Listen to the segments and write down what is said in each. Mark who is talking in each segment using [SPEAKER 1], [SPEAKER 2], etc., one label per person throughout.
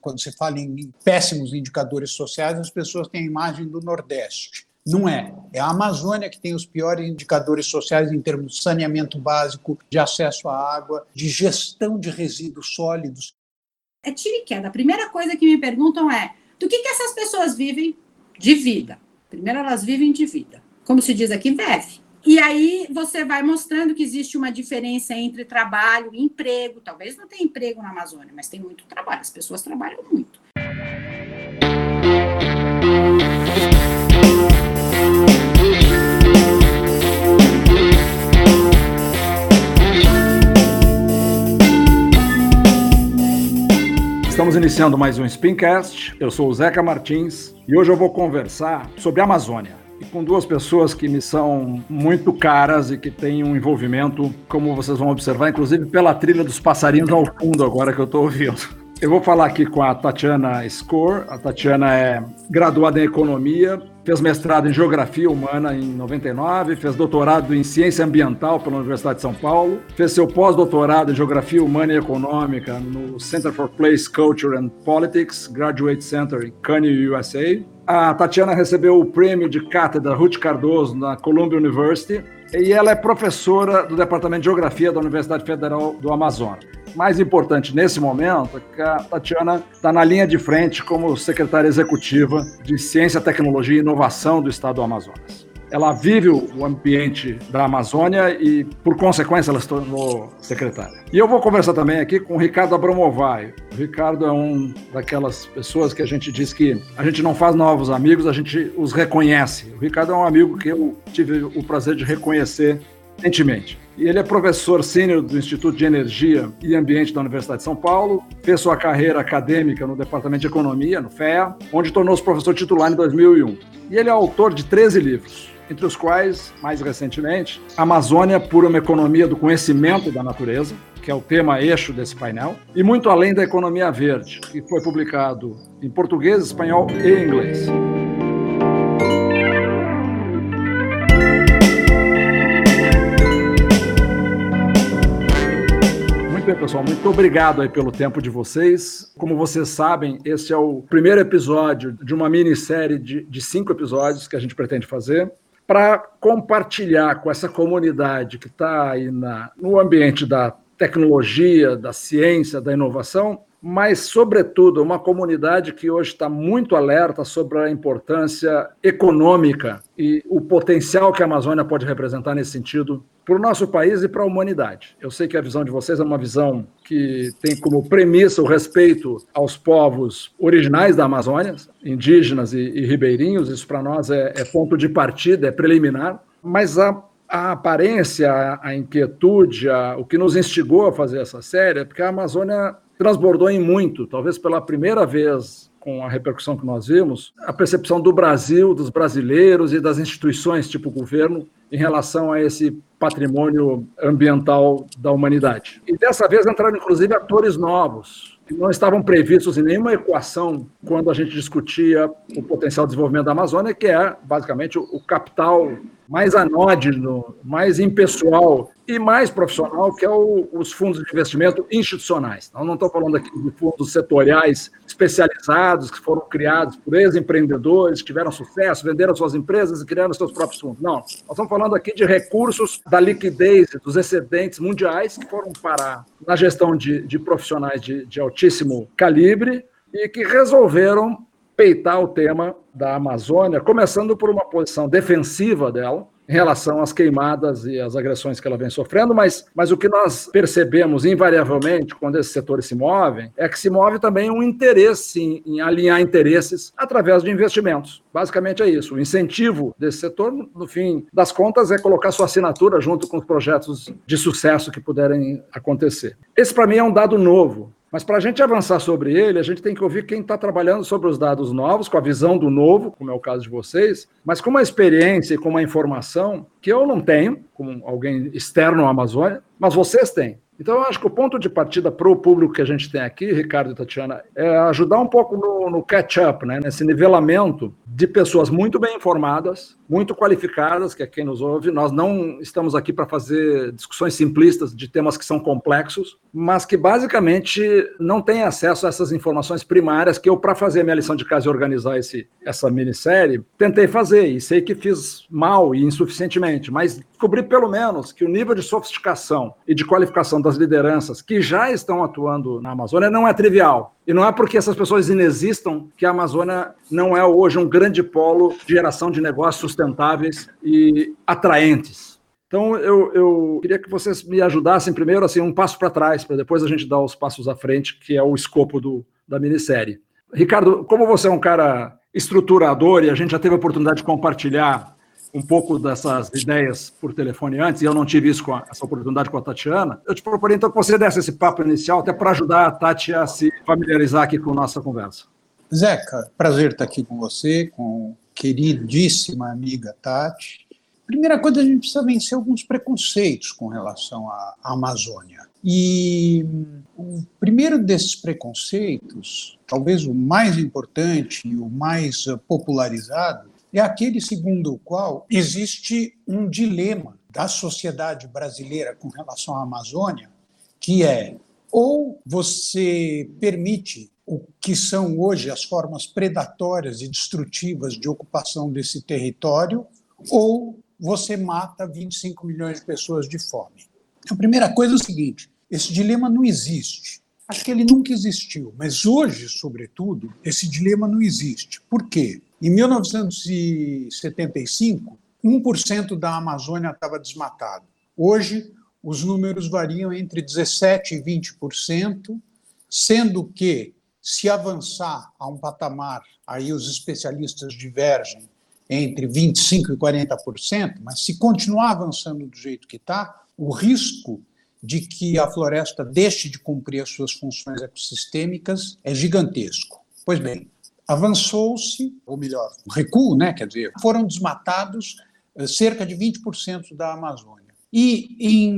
[SPEAKER 1] Quando se fala em péssimos indicadores sociais, as pessoas têm a imagem do Nordeste. Não é. É a Amazônia que tem os piores indicadores sociais em termos de saneamento básico, de acesso à água, de gestão de resíduos sólidos.
[SPEAKER 2] É tiro e queda. A primeira coisa que me perguntam é: do que essas pessoas vivem? De vida. Primeiro, elas vivem de vida. Como se diz aqui, vive. E aí você vai mostrando que existe uma diferença entre trabalho e emprego. Talvez não tenha emprego na Amazônia, mas tem muito trabalho. As pessoas trabalham muito.
[SPEAKER 3] Estamos iniciando mais um Spincast. Eu sou o Zeca Martins e hoje eu vou conversar sobre a Amazônia. E com duas pessoas que me são muito caras e que têm um envolvimento, como vocês vão observar, inclusive pela trilha dos passarinhos ao fundo agora que eu estou ouvindo. Eu vou falar aqui com a Tatiana Skor. A Tatiana é graduada em Economia, fez mestrado em Geografia Humana em 99, fez doutorado em Ciência Ambiental pela Universidade de São Paulo, fez seu pós-doutorado em Geografia Humana e Econômica no Center for Place, Culture and Politics, Graduate Center em Cannes, USA. A Tatiana recebeu o prêmio de cátedra Ruth Cardoso na Columbia University e ela é professora do Departamento de Geografia da Universidade Federal do Amazonas. Mais importante nesse momento é que a Tatiana está na linha de frente como secretária executiva de Ciência, Tecnologia e Inovação do Estado do Amazonas. Ela vive o ambiente da Amazônia e, por consequência, ela se tornou secretária. E eu vou conversar também aqui com o Ricardo Abramovay. O Ricardo é um daquelas pessoas que a gente diz que a gente não faz novos amigos, a gente os reconhece. O Ricardo é um amigo que eu tive o prazer de reconhecer recentemente. E ele é professor sênior do Instituto de Energia e Ambiente da Universidade de São Paulo, fez sua carreira acadêmica no Departamento de Economia, no FEA, onde tornou-se professor titular em 2001. E ele é autor de 13 livros, entre os quais, mais recentemente, Amazônia por uma economia do conhecimento da natureza, que é o tema eixo desse painel, e Muito Além da Economia Verde, que foi publicado em português, espanhol e inglês. Muito bem, pessoal, muito obrigado aí pelo tempo de vocês. Como vocês sabem, esse é o primeiro episódio de uma minissérie de 5 episódios que a gente pretende fazer para compartilhar com essa comunidade que está aí no ambiente da tecnologia, da ciência, da inovação, mas, sobretudo, uma comunidade que hoje está muito alerta sobre a importância econômica e o potencial que a Amazônia pode representar nesse sentido para o nosso país e para a humanidade. Eu sei que a visão de vocês é uma visão que tem como premissa o respeito aos povos originais da Amazônia, indígenas e ribeirinhos. Isso para nós é ponto de partida, é preliminar, mas a aparência, a inquietude, o que nos instigou a fazer essa série é porque a Amazônia transbordou em muito, talvez pela primeira vez, com a repercussão que nós vimos, a percepção do Brasil, dos brasileiros e das instituições tipo governo em relação a esse patrimônio ambiental da humanidade. E dessa vez entraram, inclusive, atores novos, que não estavam previstos em nenhuma equação quando a gente discutia o potencial de desenvolvimento da Amazônia, que é, basicamente, o capital mais anódino, mais impessoal e mais profissional, que é os fundos de investimento institucionais. Nós não estamos falando aqui de fundos setoriais especializados que foram criados por ex-empreendedores, que tiveram sucesso, venderam suas empresas e criaram seus próprios fundos. Não, nós estamos falando aqui de recursos da liquidez dos excedentes mundiais que foram parar na gestão de profissionais de altíssimo calibre e que resolveram peitar o tema da Amazônia, começando por uma posição defensiva dela, em relação às queimadas e às agressões que ela vem sofrendo, mas o que nós percebemos invariavelmente quando esses setores se movem é que se move também um interesse em alinhar interesses através de investimentos. Basicamente é isso. O incentivo desse setor, no fim das contas, é colocar sua assinatura junto com os projetos de sucesso que puderem acontecer. Esse, para mim, é um dado novo. Mas para a gente avançar sobre ele, a gente tem que ouvir quem está trabalhando sobre os dados novos, com a visão do novo, como é o caso de vocês, mas com uma experiência e com uma informação que eu não tenho, como alguém externo à Amazônia, mas vocês têm. Então, eu acho que o ponto de partida para o público que a gente tem aqui, Ricardo e Tatiana, é ajudar um pouco no catch-up, né? Nesse nivelamento de pessoas muito bem informadas, muito qualificadas, que é quem nos ouve. Nós não estamos aqui para fazer discussões simplistas de temas que são complexos, mas que basicamente não têm acesso a essas informações primárias que eu, para fazer a minha lição de casa e organizar essa minissérie, tentei fazer, e sei que fiz mal e insuficientemente, mas descobri pelo menos que o nível de sofisticação e de qualificação das lideranças que já estão atuando na Amazônia não é trivial. E não é porque essas pessoas inexistam que a Amazônia não é hoje um grande polo de geração de negócios sustentáveis e atraentes. Então, eu queria que vocês me ajudassem primeiro, assim, um passo para trás, para depois a gente dar os passos à frente, que é o escopo da minissérie. Ricardo, como você é um cara estruturador e a gente já teve a oportunidade de compartilhar um pouco dessas ideias por telefone antes, e eu não tive essa oportunidade com a Tatiana, eu te proponho então que você desse esse papo inicial até para ajudar a Tati a se familiarizar aqui com a nossa conversa.
[SPEAKER 1] Zeca, prazer estar aqui com você, com a queridíssima amiga Tati. Primeira coisa, a gente precisa vencer alguns preconceitos com relação à Amazônia. E o primeiro desses preconceitos, talvez o mais importante e o mais popularizado, é aquele segundo o qual existe um dilema da sociedade brasileira com relação à Amazônia, que é ou você permite o que são hoje as formas predatórias e destrutivas de ocupação desse território, ou você mata 25 milhões de pessoas de fome. A primeira coisa é o seguinte, esse dilema não existe. Acho que ele nunca existiu, mas hoje, sobretudo, esse dilema não existe. Por quê? Em 1975, 1% da Amazônia estava desmatado. Hoje, os números variam entre 17% e 20%, sendo que, se avançar a um patamar, aí os especialistas divergem entre 25% e 40%, mas se continuar avançando do jeito que está, o risco de que a floresta deixe de cumprir as suas funções ecossistêmicas é gigantesco. Pois bem, avançou-se, ou melhor, o recuo, quer dizer, foram desmatados cerca de 20% da Amazônia. E em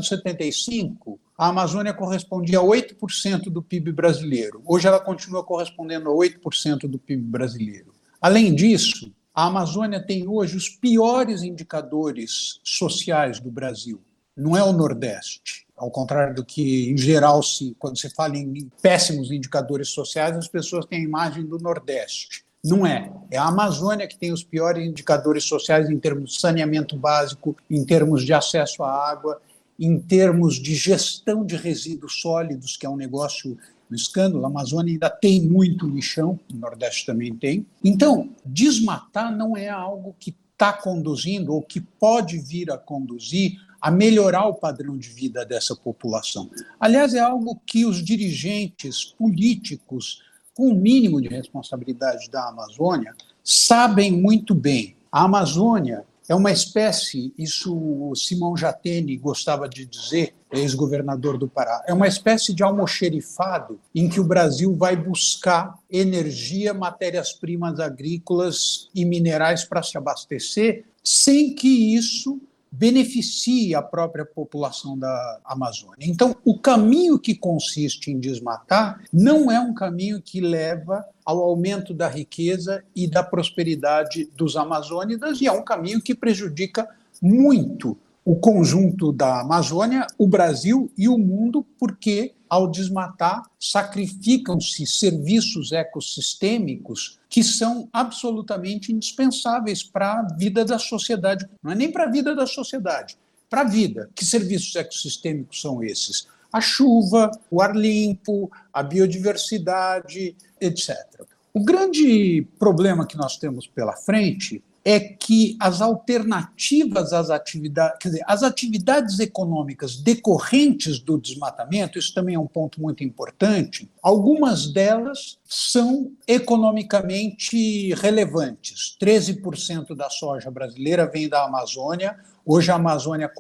[SPEAKER 1] 1975, a Amazônia correspondia a 8% do PIB brasileiro. Hoje ela continua correspondendo a 8% do PIB brasileiro. Além disso, a Amazônia tem hoje os piores indicadores sociais do Brasil. Não é o Nordeste. Ao contrário do que, em geral, quando se fala em péssimos indicadores sociais, as pessoas têm a imagem do Nordeste. Não é. É a Amazônia que tem os piores indicadores sociais em termos de saneamento básico, em termos de acesso à água, em termos de gestão de resíduos sólidos, que é um negócio, um escândalo. A Amazônia ainda tem muito lixão, o Nordeste também tem. Então, desmatar não é algo que está conduzindo ou que pode vir a conduzir a melhorar o padrão de vida dessa população. Aliás, é algo que os dirigentes políticos, com o mínimo de responsabilidade da Amazônia, sabem muito bem. A Amazônia é uma espécie, isso o Simão Jatene gostava de dizer, ex-governador do Pará, é uma espécie de almoxerifado em que o Brasil vai buscar energia, matérias-primas agrícolas e minerais para se abastecer, sem que isso beneficie a própria população da Amazônia. Então, o caminho que consiste em desmatar não é um caminho que leva ao aumento da riqueza e da prosperidade dos amazônidas, e é um caminho que prejudica muito o conjunto da Amazônia, o Brasil e o mundo, porque, ao desmatar, sacrificam-se serviços ecossistêmicos que são absolutamente indispensáveis para a vida da sociedade. Não é nem para a vida da sociedade, para a vida. Que serviços ecossistêmicos são esses? A chuva, o ar limpo, a biodiversidade, etc. O grande problema que nós temos pela frente é que as alternativas às atividades, quer dizer, as atividades econômicas decorrentes do desmatamento, isso também é um ponto muito importante, algumas delas são economicamente relevantes. 13% da soja brasileira vem da Amazônia. Hoje a Amazônia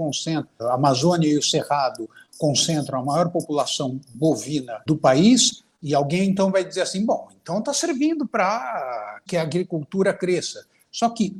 [SPEAKER 1] e o Cerrado concentram a maior população bovina do país, e alguém então vai dizer assim, bom, então está servindo para que a agricultura cresça. Só que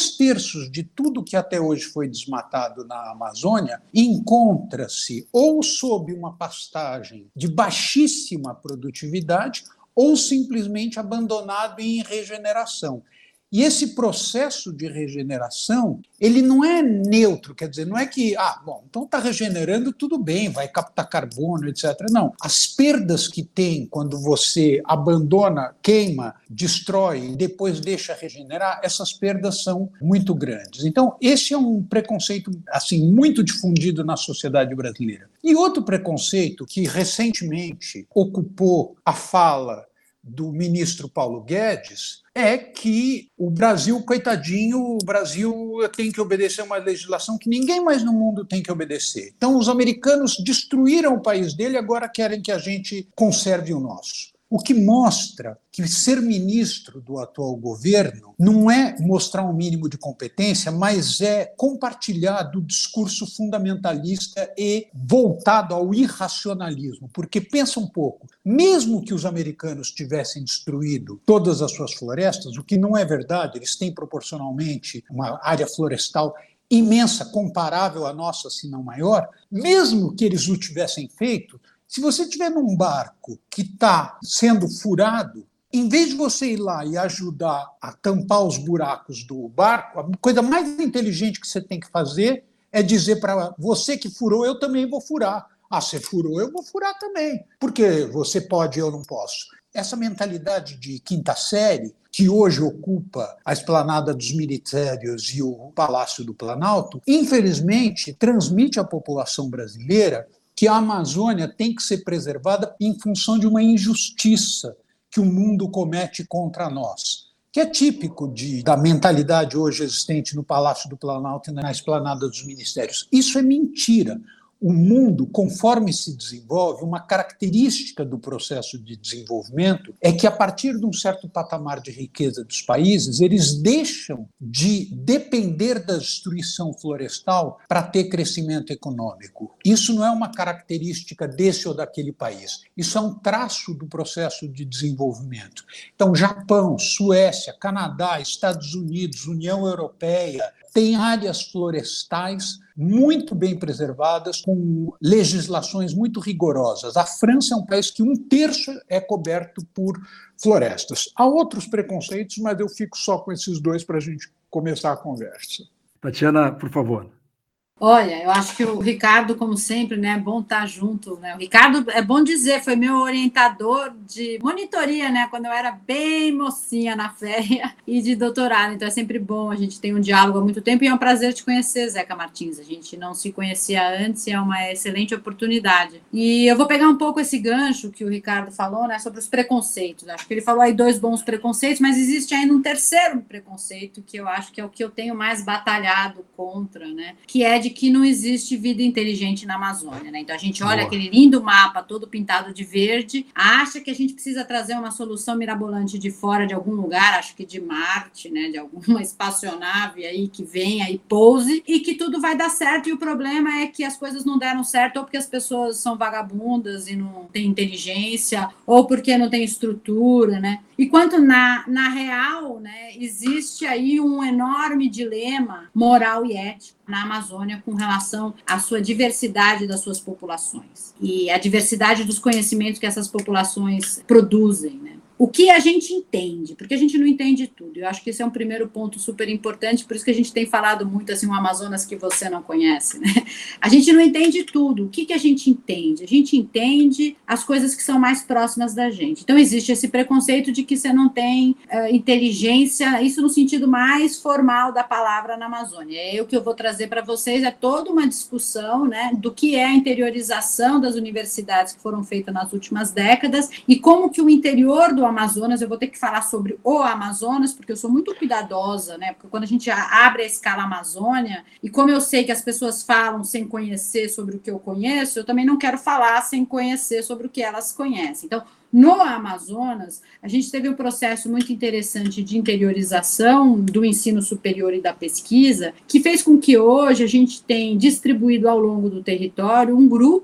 [SPEAKER 1] 2/3 de tudo que até hoje foi desmatado na Amazônia encontra-se ou sob uma pastagem de baixíssima produtividade ou simplesmente abandonado em regeneração. E esse processo de regeneração, ele não é neutro, quer dizer, não é que, então está regenerando, tudo bem, vai captar carbono, etc. Não. As perdas que tem quando você abandona, queima, destrói e depois deixa regenerar, essas perdas são muito grandes. Então, esse é um preconceito assim muito difundido na sociedade brasileira. E outro preconceito que recentemente ocupou a fala do ministro Paulo Guedes é que o Brasil, coitadinho, o Brasil tem que obedecer uma legislação que ninguém mais no mundo tem que obedecer. Então, os americanos destruíram o país dele e agora querem que a gente conserve o nosso. O que mostra que ser ministro do atual governo não é mostrar um mínimo de competência, mas é compartilhar do discurso fundamentalista e voltado ao irracionalismo. Porque pensa um pouco, mesmo que os americanos tivessem destruído todas as suas florestas, o que não é verdade, eles têm proporcionalmente uma área florestal imensa, comparável à nossa, se não maior, mesmo que eles o tivessem feito, se você estiver num barco que está sendo furado, em vez de você ir lá e ajudar a tampar os buracos do barco, a coisa mais inteligente que você tem que fazer é dizer para você que furou, eu também vou furar. Você furou, eu vou furar também. Porque você pode, eu não posso. Essa mentalidade de quinta série, que hoje ocupa a Esplanada dos Ministérios e o Palácio do Planalto, infelizmente transmite à população brasileira que a Amazônia tem que ser preservada em função de uma injustiça que o mundo comete contra nós, que é típico da mentalidade hoje existente no Palácio do Planalto e na Esplanada dos Ministérios. Isso é mentira. O mundo, conforme se desenvolve, uma característica do processo de desenvolvimento é que, a partir de um certo patamar de riqueza dos países, eles deixam de depender da destruição florestal para ter crescimento econômico. Isso não é uma característica desse ou daquele país. Isso é um traço do processo de desenvolvimento. Então, Japão, Suécia, Canadá, Estados Unidos, União Europeia, tem áreas florestais muito bem preservadas, com legislações muito rigorosas. A França é um país que 1/3 é coberto por florestas. Há outros preconceitos, mas eu fico só com esses dois para a gente começar a conversa.
[SPEAKER 3] Tatiana, por favor.
[SPEAKER 2] Olha, eu acho que o Ricardo, como sempre, né, é bom estar junto, né? O Ricardo, é bom dizer, foi meu orientador de monitoria, né, quando eu era bem mocinha na féria e de doutorado. Então é sempre bom, a gente tem um diálogo há muito tempo e é um prazer te conhecer, Zeca Martins. A gente não se conhecia antes e é uma excelente oportunidade. E eu vou pegar um pouco esse gancho que o Ricardo falou, né, sobre os preconceitos. Acho que ele falou aí 2 bons preconceitos, mas existe ainda um terceiro preconceito que eu acho que é o que eu tenho mais batalhado contra, né, que é de que não existe vida inteligente na Amazônia, né? Então a gente olha aquele lindo mapa todo pintado de verde, acha que a gente precisa trazer uma solução mirabolante de fora de algum lugar, acho que de Marte, né? De alguma espaçonave aí que venha e pouse e que tudo vai dar certo. E o problema é que as coisas não deram certo ou porque as pessoas são vagabundas e não têm inteligência ou porque não tem estrutura, né? Enquanto na real, né, existe aí um enorme dilema moral e ético na Amazônia com relação à sua diversidade das suas populações e a diversidade dos conhecimentos que essas populações produzem, né? O que a gente entende, porque a gente não entende tudo. Eu acho que esse é um primeiro ponto super importante, por isso que a gente tem falado muito assim, o Amazonas que você não conhece, né? A gente não entende tudo. O que a gente entende? A gente entende as coisas que são mais próximas da gente. Então, existe esse preconceito de que você não tem inteligência, isso no sentido mais formal da palavra na Amazônia. O que eu vou trazer para vocês é toda uma discussão, né, do que é a interiorização das universidades que foram feitas nas últimas décadas e como que o interior do Amazonas, eu vou ter que falar sobre o Amazonas, porque eu sou muito cuidadosa, né? Porque quando a gente abre a escala Amazônia, e como eu sei que as pessoas falam sem conhecer sobre o que eu conheço, eu também não quero falar sem conhecer sobre o que elas conhecem. Então, no Amazonas, a gente teve um processo muito interessante de interiorização do ensino superior e da pesquisa, que fez com que hoje a gente tenha distribuído ao longo do território um grupo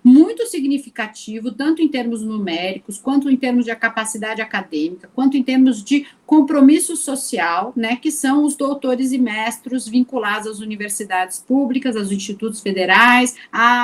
[SPEAKER 2] muito significativo, tanto em termos numéricos, quanto em termos de capacidade acadêmica, quanto em termos de compromisso social, né, que são os doutores e mestres vinculados às universidades públicas, aos institutos federais,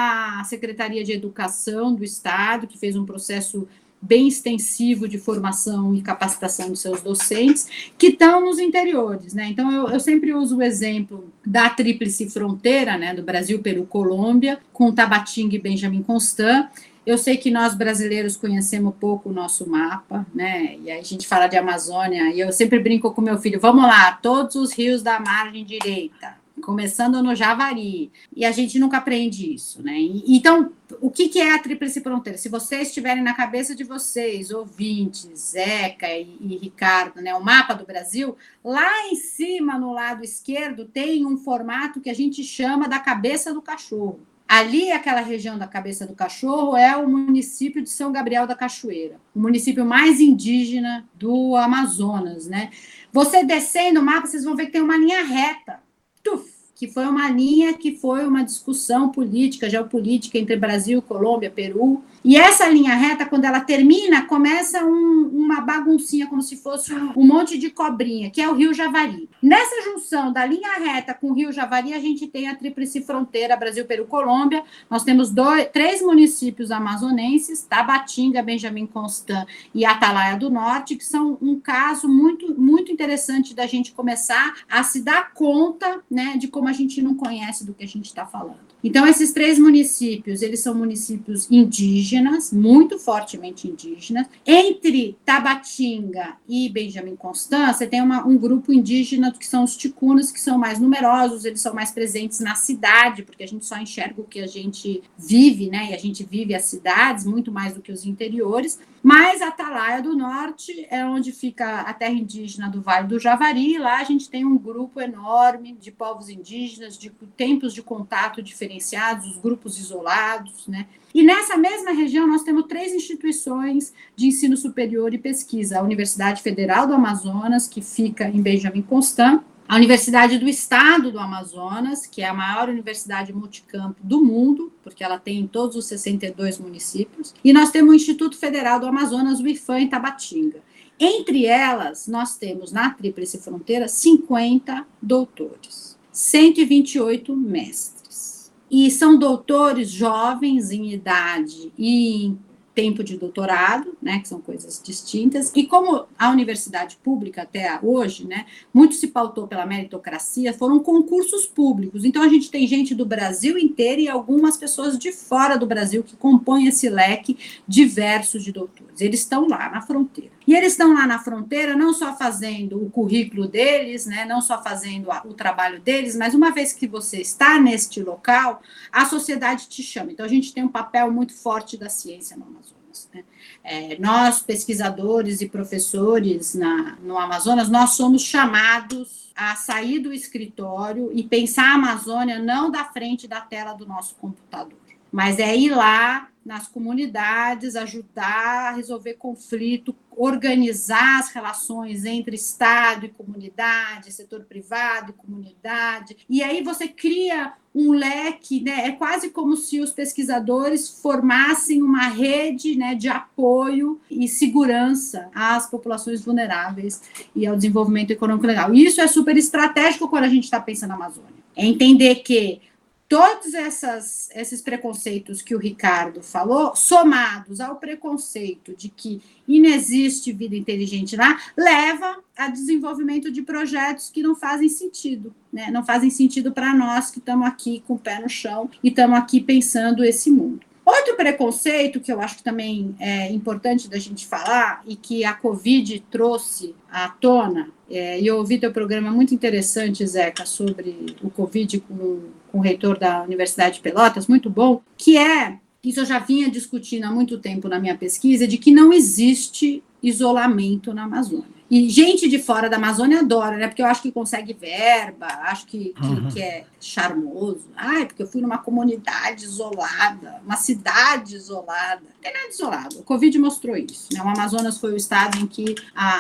[SPEAKER 2] à Secretaria de Educação do Estado, que fez um processo bem extensivo de formação e capacitação dos seus docentes, que estão nos interiores, né? Então, eu sempre uso o exemplo da Tríplice Fronteira, né, do Brasil, Peru, Colômbia, com Tabatinga e Benjamin Constant. Eu sei que nós brasileiros conhecemos pouco o nosso mapa, né? E aí a gente fala de Amazônia, e eu sempre brinco com meu filho, vamos lá, todos os rios da margem direita, começando no Javari, e a gente nunca aprende isso, né? Então, o que é a Tríplice Fronteira? Se vocês tiverem na cabeça de vocês, ouvintes, Zeca e Ricardo, né, o mapa do Brasil, lá em cima, no lado esquerdo, tem um formato que a gente chama da cabeça do cachorro. Ali, aquela região da Cabeça do Cachorro é o município de São Gabriel da Cachoeira, o município mais indígena do Amazonas, né? Você descendo o mapa, vocês vão ver que tem uma linha reta, que foi uma linha que foi uma discussão política, geopolítica entre Brasil, Colômbia, Peru. E essa linha reta, quando ela termina, começa uma baguncinha, como se fosse um monte de cobrinha, que é o Rio Javari. Nessa junção da linha reta com o Rio Javari, a gente tem a Tríplice Fronteira, Brasil, Peru, Colômbia. Nós temos 3 municípios amazonenses, Tabatinga, Benjamin Constant e Atalaia do Norte, que são um caso muito, muito interessante da gente começar a se dar conta, né, de como a gente não conhece do que a gente está falando. Então, esses 3 municípios, eles são municípios indígenas, muito fortemente indígenas. Entre Tabatinga e Benjamin Constant, você tem um grupo indígena que são os ticunas, que são mais numerosos, eles são mais presentes na cidade, porque a gente só enxerga o que a gente vive, né? E a gente vive as cidades muito mais do que os interiores. Mas a Atalaia do Norte é onde fica a terra indígena do Vale do Javari. Lá a gente tem um grupo enorme de povos indígenas, de tempos de contato diferenciados, os grupos isolados, né? E nessa mesma região nós temos 3 instituições de ensino superior e pesquisa. A Universidade Federal do Amazonas, que fica em Benjamin Constant, a Universidade do Estado do Amazonas, que é a maior universidade multicampo do mundo, porque ela tem em todos os 62 municípios, e nós temos o Instituto Federal do Amazonas, o IFAM, em Tabatinga. Entre elas, nós temos na Tríplice Fronteira 50 doutores, 128 mestres. E são doutores jovens em idade e em tempo de doutorado, né, que são coisas distintas, e como a universidade pública até hoje, né, muito se pautou pela meritocracia, foram concursos públicos, então a gente tem gente do Brasil inteiro e algumas pessoas de fora do Brasil que compõem esse leque diverso de doutores, eles estão lá na fronteira. E eles estão lá na fronteira não só fazendo o currículo deles, né, não só fazendo o trabalho deles, mas uma vez que você está neste local, a sociedade te chama. Então, a gente tem um papel muito forte da ciência no Amazonas, né? Nós, pesquisadores e professores no Amazonas, nós somos chamados a sair do escritório e pensar a Amazônia não da frente da tela do nosso computador, mas é ir lá nas comunidades, ajudar a resolver conflito, organizar as relações entre Estado e comunidade, setor privado e comunidade, e aí você cria um leque, né? É quase como se os pesquisadores formassem uma rede, né, de apoio e segurança às populações vulneráveis e ao desenvolvimento econômico legal. E isso é super estratégico quando a gente está pensando na Amazônia. É entender que todos esses preconceitos que o Ricardo falou, somados ao preconceito de que inexiste vida inteligente lá, leva a desenvolvimento de projetos que não fazem sentido, né? Não fazem sentido para nós que estamos aqui com o pé no chão e estamos aqui pensando esse mundo. Outro preconceito que eu acho que também é importante da gente falar e que a Covid trouxe à tona, e eu ouvi teu programa muito interessante, Zeca, sobre o Covid com o reitor da Universidade de Pelotas, muito bom, que isso eu já vinha discutindo há muito tempo na minha pesquisa, de que não existe isolamento na Amazônia. E gente de fora da Amazônia adora, né? Porque eu acho que consegue verba, acho que é charmoso. Ai, porque eu fui numa comunidade isolada, uma cidade isolada. Não tem nada isolado. O Covid mostrou isso, né? O Amazonas foi o estado em que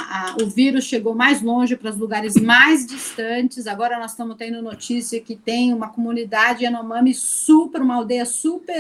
[SPEAKER 2] o vírus chegou mais longe, para os lugares mais distantes. Agora nós estamos tendo notícia que tem uma comunidade Yanomami uma aldeia super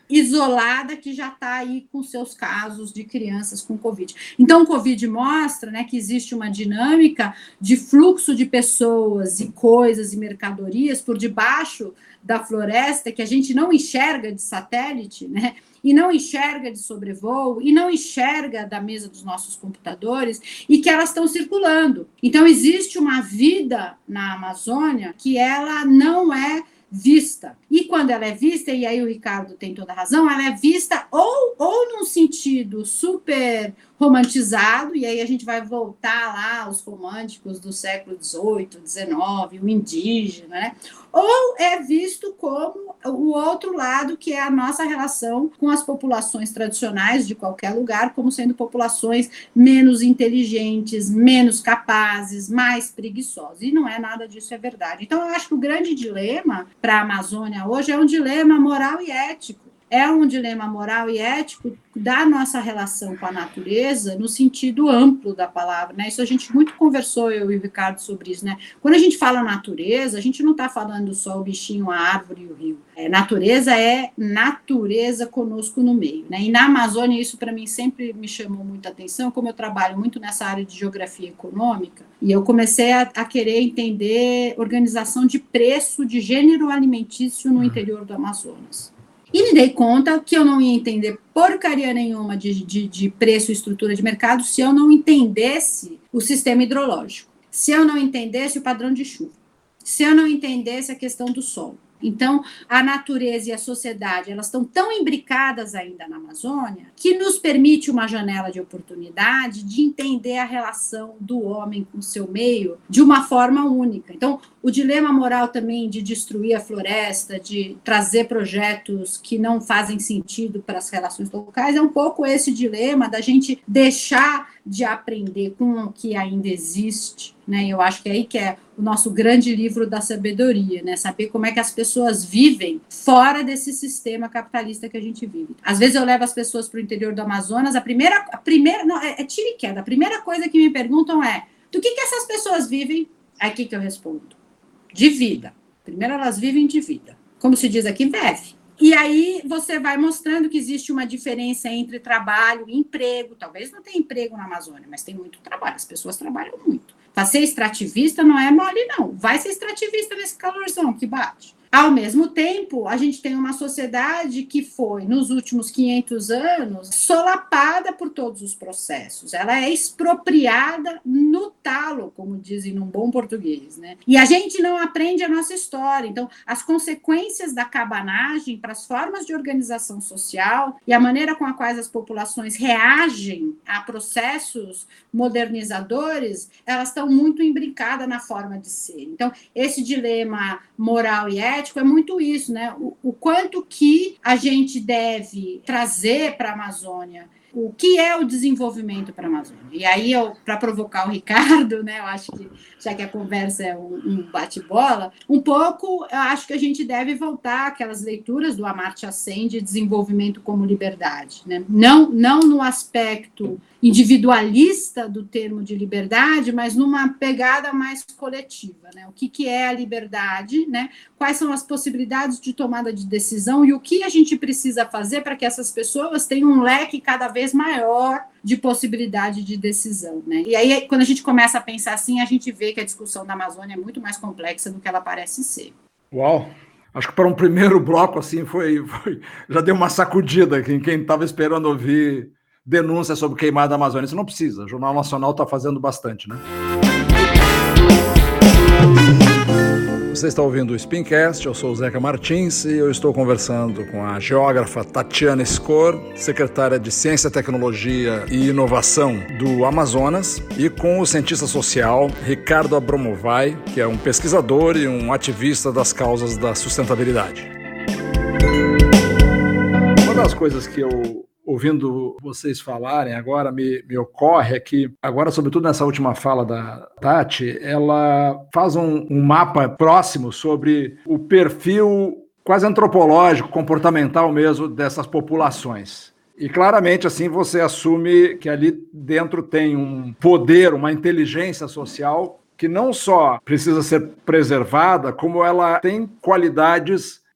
[SPEAKER 2] isolada que já está aí com seus casos de crianças com Covid. Então, o Covid mostra, né, que existe uma dinâmica de fluxo de pessoas e coisas e mercadorias por debaixo da floresta que a gente não enxerga de satélite, né, e não enxerga de sobrevoo, e não enxerga da mesa dos nossos computadores, e que elas estão circulando. Então, existe uma vida na Amazônia que ela não é vista. E quando ela é vista, e aí o Ricardo tem toda a razão, ela é vista ou num sentido super romantizado, e aí a gente vai voltar lá aos românticos do século XVIII, XIX, o indígena, né? Ou é visto como o outro lado, que é a nossa relação com as populações tradicionais de qualquer lugar, como sendo populações menos inteligentes, menos capazes, mais preguiçosas. E não é nada disso, é verdade. Então, eu acho que o grande dilema para a Amazônia hoje é um dilema moral e ético. É um dilema moral e ético da nossa relação com a natureza no sentido amplo da palavra, né? Isso a gente muito conversou, eu e o Ricardo, sobre isso, né? Quando a gente fala natureza, a gente não está falando só o bichinho, a árvore e o rio. Natureza é natureza conosco no meio, né? E na Amazônia isso para mim sempre me chamou muita atenção, como eu trabalho muito nessa área de geografia econômica, e eu comecei a querer entender organização de preço de gênero alimentício no interior do Amazonas. E me dei conta que eu não ia entender porcaria nenhuma de preço e estrutura de mercado se eu não entendesse o sistema hidrológico, se eu não entendesse o padrão de chuva, se eu não entendesse a questão do solo. Então, a natureza e a sociedade, elas estão tão imbricadas ainda na Amazônia, que nos permite uma janela de oportunidade de entender a relação do homem com o seu meio de uma forma única. Então, o dilema moral também de destruir a floresta, de trazer projetos que não fazem sentido para as relações locais, é um pouco esse dilema da gente deixar de aprender com o que ainda existe, né? Eu acho que é aí que é o nosso grande livro da sabedoria, né? Saber como é que as pessoas vivem fora desse sistema capitalista que a gente vive. Às vezes eu levo as pessoas para o interior do Amazonas, a primeira não, é tiro e queda. A primeira coisa que me perguntam é: do que essas pessoas vivem? Aí o que eu respondo? De vida. Primeiro elas vivem de vida. Como se diz aqui, vive. E aí você vai mostrando que existe uma diferença entre trabalho e emprego. Talvez não tenha emprego na Amazônia, mas tem muito trabalho. As pessoas trabalham muito. Para ser extrativista não é mole, não. Vai ser extrativista nesse calorzão que bate. Ao mesmo tempo, a gente tem uma sociedade que foi, nos últimos 500 anos, solapada por todos os processos. Ela é expropriada no talo, como dizem num bom português, né? E a gente não aprende a nossa história. Então, as consequências da cabanagem para as formas de organização social e a maneira com a quais as populações reagem a processos modernizadores, elas estão muito imbricadas na forma de ser. Então, esse dilema moral e ético é muito isso, né? O quanto que a gente deve trazer para a Amazônia, o que é o desenvolvimento para a Amazônia. E aí, para provocar o Ricardo, né, eu acho que, já que a conversa é um bate-bola, um pouco, eu acho que a gente deve voltar àquelas leituras do Amartya Sen de desenvolvimento como liberdade, né? Não no aspecto individualista do termo de liberdade, mas numa pegada mais coletiva, né? O que é a liberdade, né? Quais são as possibilidades de tomada de decisão e o que a gente precisa fazer para que essas pessoas tenham um leque cada vez maior de possibilidade de decisão, né? E aí, quando a gente começa a pensar assim, a gente vê que a discussão da Amazônia é muito mais complexa do que ela parece ser.
[SPEAKER 3] Uau! Acho que para um primeiro bloco, assim, já deu uma sacudida em quem estava esperando ouvir denúncias sobre queimada da Amazônia. Isso não precisa, o Jornal Nacional está fazendo bastante, né? Você está ouvindo o Spincast, eu sou o Zeca Martins e eu estou conversando com a geógrafa Tatiana Skor, secretária de Ciência, Tecnologia e Inovação do Amazonas, e com o cientista social Ricardo Abramovay, que é um pesquisador e um ativista das causas da sustentabilidade. Uma das coisas que eu, ouvindo vocês falarem agora, me ocorre é que, agora, sobretudo nessa última fala da Tati, ela faz um mapa próximo sobre o perfil quase antropológico, comportamental mesmo, dessas populações. E claramente, assim, você assume que ali dentro tem um poder, uma inteligência social que não só precisa ser preservada, como ela tem qualidades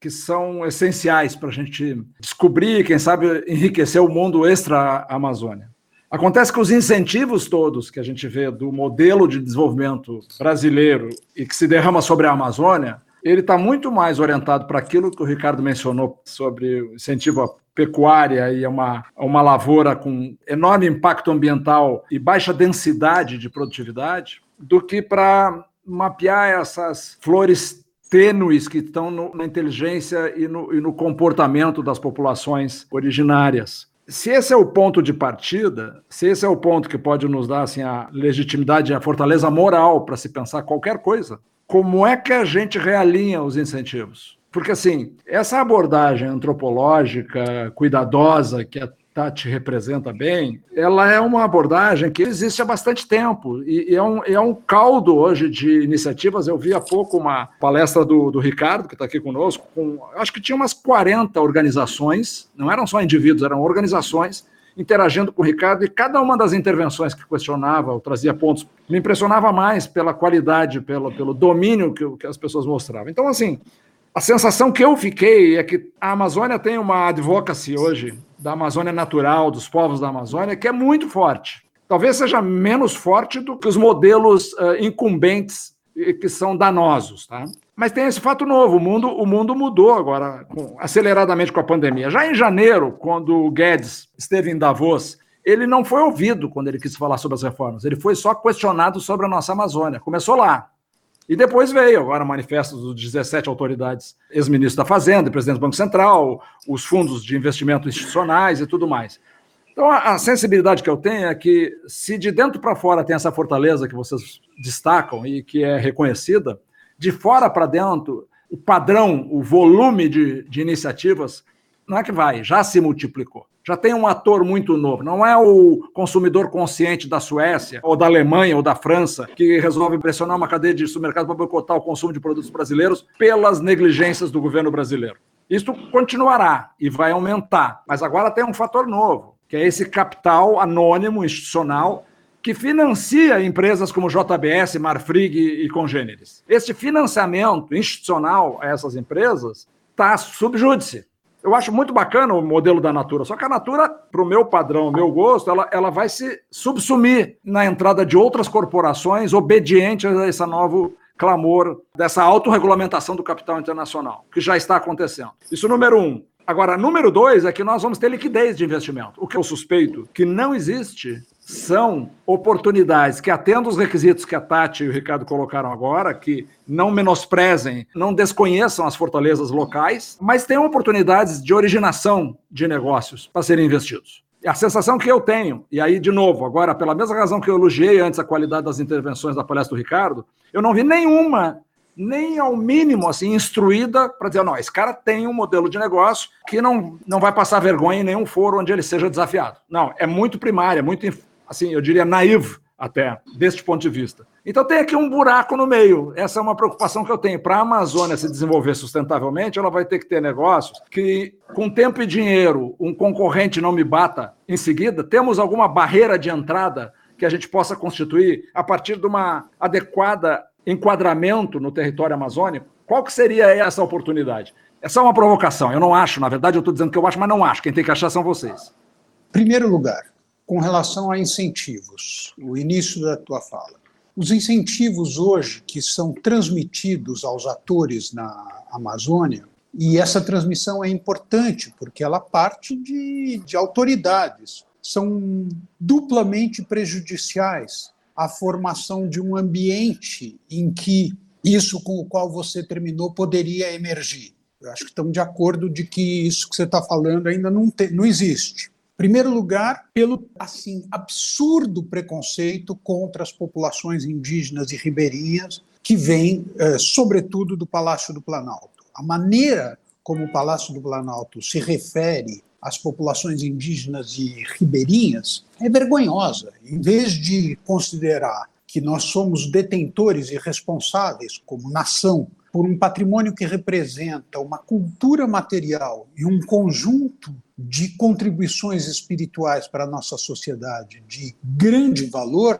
[SPEAKER 3] que são essenciais para a gente descobrir, quem sabe, enriquecer o mundo extra-Amazônia. Acontece que os incentivos todos que a gente vê do modelo de desenvolvimento brasileiro e que se derrama sobre a Amazônia, ele está muito mais orientado para aquilo que o Ricardo mencionou sobre o incentivo à pecuária e a uma lavoura com enorme impacto ambiental e baixa densidade de produtividade, do que para mapear essas flores tênues que estão na inteligência e no comportamento das populações originárias. Se esse é o ponto de partida, se esse é o ponto que pode nos dar assim, a legitimidade e a fortaleza moral para se pensar qualquer coisa, como é que a gente realinha os incentivos? Porque, assim, essa abordagem antropológica, cuidadosa, que a Tati representa bem, ela é uma abordagem que existe há bastante tempo e é um caldo hoje de iniciativas. Eu vi há pouco uma palestra do Ricardo, que está aqui conosco, acho que tinha umas 40 organizações, não eram só indivíduos, eram organizações, interagindo com o Ricardo, e cada uma das intervenções que questionava ou trazia pontos me impressionava mais pela qualidade, pelo domínio que as pessoas mostravam. Então, assim, a sensação que eu fiquei é que a Amazônia tem uma advocacy hoje, da Amazônia natural, dos povos da Amazônia, que é muito forte. Talvez seja menos forte do que os modelos incumbentes que são danosos, tá? Mas tem esse fato novo, o mundo mudou agora aceleradamente com a pandemia. Já em janeiro, quando o Guedes esteve em Davos, ele não foi ouvido quando ele quis falar sobre as reformas, ele foi só questionado sobre a nossa Amazônia. Começou lá. E depois veio agora manifestos dos 17 autoridades, ex-ministros da Fazenda, presidente do Banco Central, os fundos de investimento institucionais e tudo mais. Então, a sensibilidade que eu tenho é que, se de dentro para fora tem essa fortaleza que vocês destacam e que é reconhecida, de fora para dentro, o padrão, o volume de iniciativas, não é que vai, já se multiplicou. Já tem um ator muito novo. Não é o consumidor consciente da Suécia, ou da Alemanha, ou da França, que resolve pressionar uma cadeia de supermercado para boicotar o consumo de produtos brasileiros pelas negligências do governo brasileiro. Isso continuará e vai aumentar. Mas agora tem um fator novo, que é esse capital anônimo, institucional, que financia empresas como JBS, Marfrig e congêneres. Esse financiamento institucional a essas empresas está sub júdice. Eu acho muito bacana o modelo da Natura, só que a Natura, para o meu padrão, o meu gosto, ela vai se subsumir na entrada de outras corporações obedientes a esse novo clamor dessa autorregulamentação do capital internacional, que já está acontecendo. Isso número 1. Agora, número 2 é que nós vamos ter liquidez de investimento. O que eu suspeito que não existe são oportunidades que atendam os requisitos que a Tati e o Ricardo colocaram agora, que não menosprezem, não desconheçam as fortalezas locais, mas tenham oportunidades de originação de negócios para serem investidos. É a sensação que eu tenho, e aí, de novo, agora, pela mesma razão que eu elogiei antes a qualidade das intervenções da palestra do Ricardo, eu não vi nenhuma, nem ao mínimo assim, instruída para dizer, não, esse cara tem um modelo de negócio que não vai passar vergonha em nenhum foro onde ele seja desafiado. Não, é muito primário, é muito, assim, eu diria naivo até, deste ponto de vista. Então tem aqui um buraco no meio. Essa é uma preocupação que eu tenho. Para a Amazônia se desenvolver sustentavelmente, ela vai ter que ter negócios que, com tempo e dinheiro, um concorrente não me bata em seguida. Temos alguma barreira de entrada que a gente possa constituir a partir de uma adequada enquadramento no território amazônico? Qual que seria essa oportunidade? Essa é uma provocação. Eu não acho, na verdade, eu estou dizendo que eu acho, mas não acho. Quem tem que achar são vocês.
[SPEAKER 1] Primeiro lugar, com relação a incentivos, o início da tua fala. Os incentivos hoje que são transmitidos aos atores na Amazônia, e essa transmissão é importante porque ela parte de autoridades, são duplamente prejudiciais à formação de um ambiente em que isso com o qual você terminou poderia emergir. Eu acho que estamos de acordo de que isso que você está falando ainda não existe. Em primeiro lugar, pelo assim, absurdo preconceito contra as populações indígenas e ribeirinhas que vem, sobretudo, do Palácio do Planalto. A maneira como o Palácio do Planalto se refere às populações indígenas e ribeirinhas é vergonhosa. Em vez de considerar que nós somos detentores e responsáveis, como nação, por um patrimônio que representa uma cultura material e um conjunto de contribuições espirituais para a nossa sociedade de grande valor,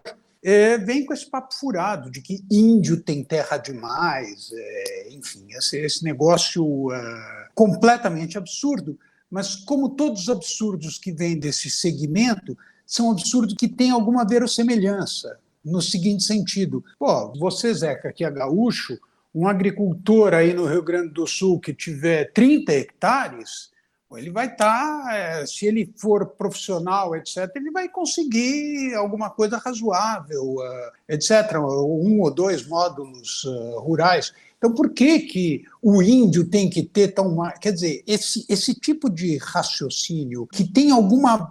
[SPEAKER 1] vem com esse papo furado de que índio tem terra demais, enfim, esse negócio completamente absurdo, mas como todos os absurdos que vêm desse segmento, são absurdos que têm alguma verossemelhança, no seguinte sentido. Pô, você, Zeca, que é gaúcho, um agricultor aí no Rio Grande do Sul que tiver 30 hectares, ele vai estar, se ele for profissional, etc., ele vai conseguir alguma coisa razoável, etc., 1 ou 2 módulos rurais. Então, por que o índio tem que ter tão mais... Quer dizer, esse tipo de raciocínio que tem alguma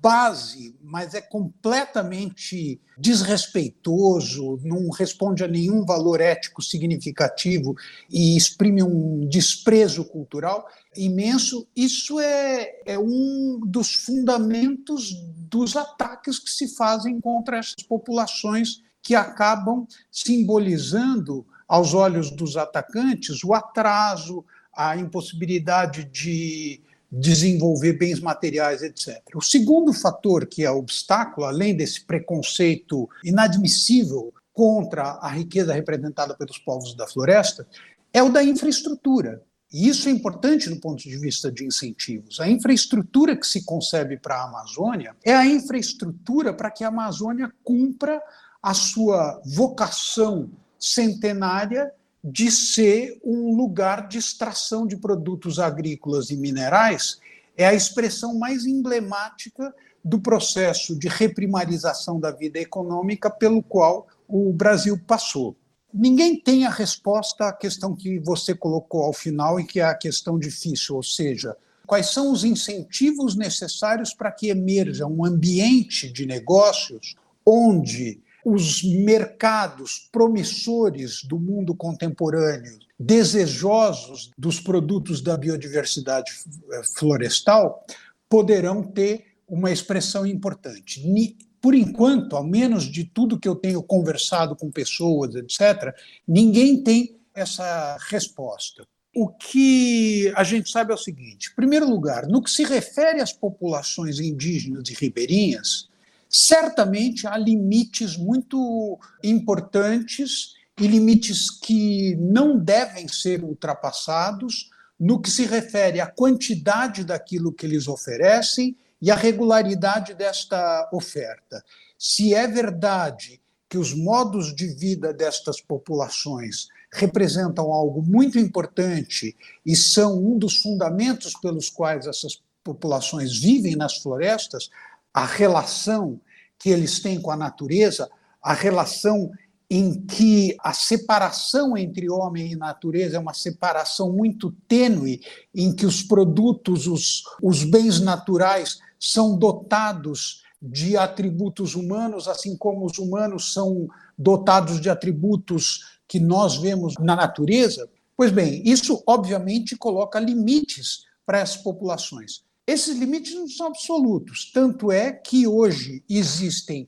[SPEAKER 1] base, mas é completamente desrespeitoso, não responde a nenhum valor ético significativo e exprime um desprezo cultural imenso, isso é um dos fundamentos dos ataques que se fazem contra essas populações que acabam simbolizando, aos olhos dos atacantes, o atraso, a impossibilidade de desenvolver bens materiais, etc. O segundo fator que é obstáculo, além desse preconceito inadmissível contra a riqueza representada pelos povos da floresta, é o da infraestrutura. E isso é importante do ponto de vista de incentivos. A infraestrutura que se concebe para a Amazônia é a infraestrutura para que a Amazônia cumpra a sua vocação centenária de ser um lugar de extração de produtos agrícolas e minerais, é a expressão mais emblemática do processo de reprimarização da vida econômica pelo qual o Brasil passou. Ninguém tem a resposta à questão que você colocou ao final e que é a questão difícil, ou seja, quais são os incentivos necessários para que emerja um ambiente de negócios onde os mercados promissores do mundo contemporâneo, desejosos dos produtos da biodiversidade florestal, poderão ter uma expressão importante. Por enquanto, ao menos de tudo que eu tenho conversado com pessoas, etc., ninguém tem essa resposta. O que a gente sabe é o seguinte: em primeiro lugar, no que se refere às populações indígenas e ribeirinhas, certamente há limites muito importantes e limites que não devem ser ultrapassados no que se refere à quantidade daquilo que eles oferecem e à regularidade desta oferta. Se é verdade que os modos de vida destas populações representam algo muito importante e são um dos fundamentos pelos quais essas populações vivem nas florestas, a relação que eles têm com a natureza, a relação em que a separação entre homem e natureza é uma separação muito tênue, em que os produtos, os bens naturais são dotados de atributos humanos, assim como os humanos são dotados de atributos que nós vemos na natureza. Pois bem, isso obviamente coloca limites para essas populações. Esses limites não são absolutos, tanto é que hoje existem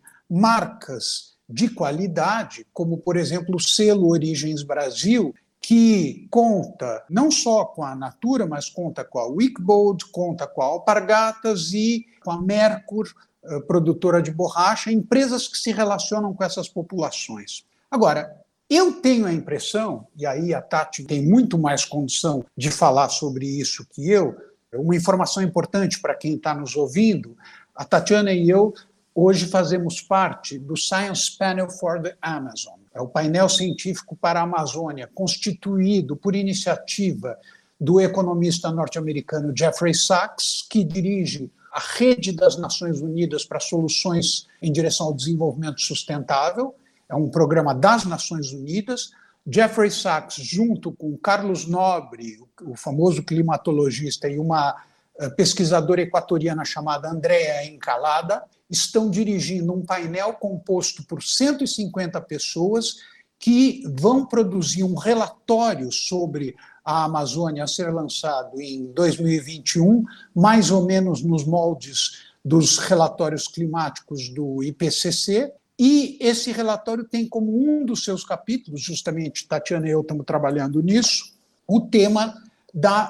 [SPEAKER 1] marcas de qualidade, como, por exemplo, o selo Origens Brasil, que conta não só com a Natura, mas conta com a Wickbold, conta com a Alpargatas e com a Mercur, produtora de borracha, empresas que se relacionam com essas populações. Agora, eu tenho a impressão, e aí a Tati tem muito mais condição de falar sobre isso que eu, uma informação importante para quem está nos ouvindo: a Tatiana e eu hoje fazemos parte do Science Panel for the Amazon. É o painel científico para a Amazônia, constituído por iniciativa do economista norte-americano Jeffrey Sachs, que dirige a Rede das Nações Unidas para Soluções em Direção ao Desenvolvimento Sustentável. É um programa das Nações Unidas. Jeffrey Sachs, junto com Carlos Nobre, o famoso climatologista, e uma pesquisadora equatoriana chamada Andrea Encalada, estão dirigindo um painel composto por 150 pessoas que vão produzir um relatório sobre a Amazônia a ser lançado em 2021, mais ou menos nos moldes dos relatórios climáticos do IPCC, e esse relatório tem como um dos seus capítulos, justamente Tatiana e eu estamos trabalhando nisso, o tema da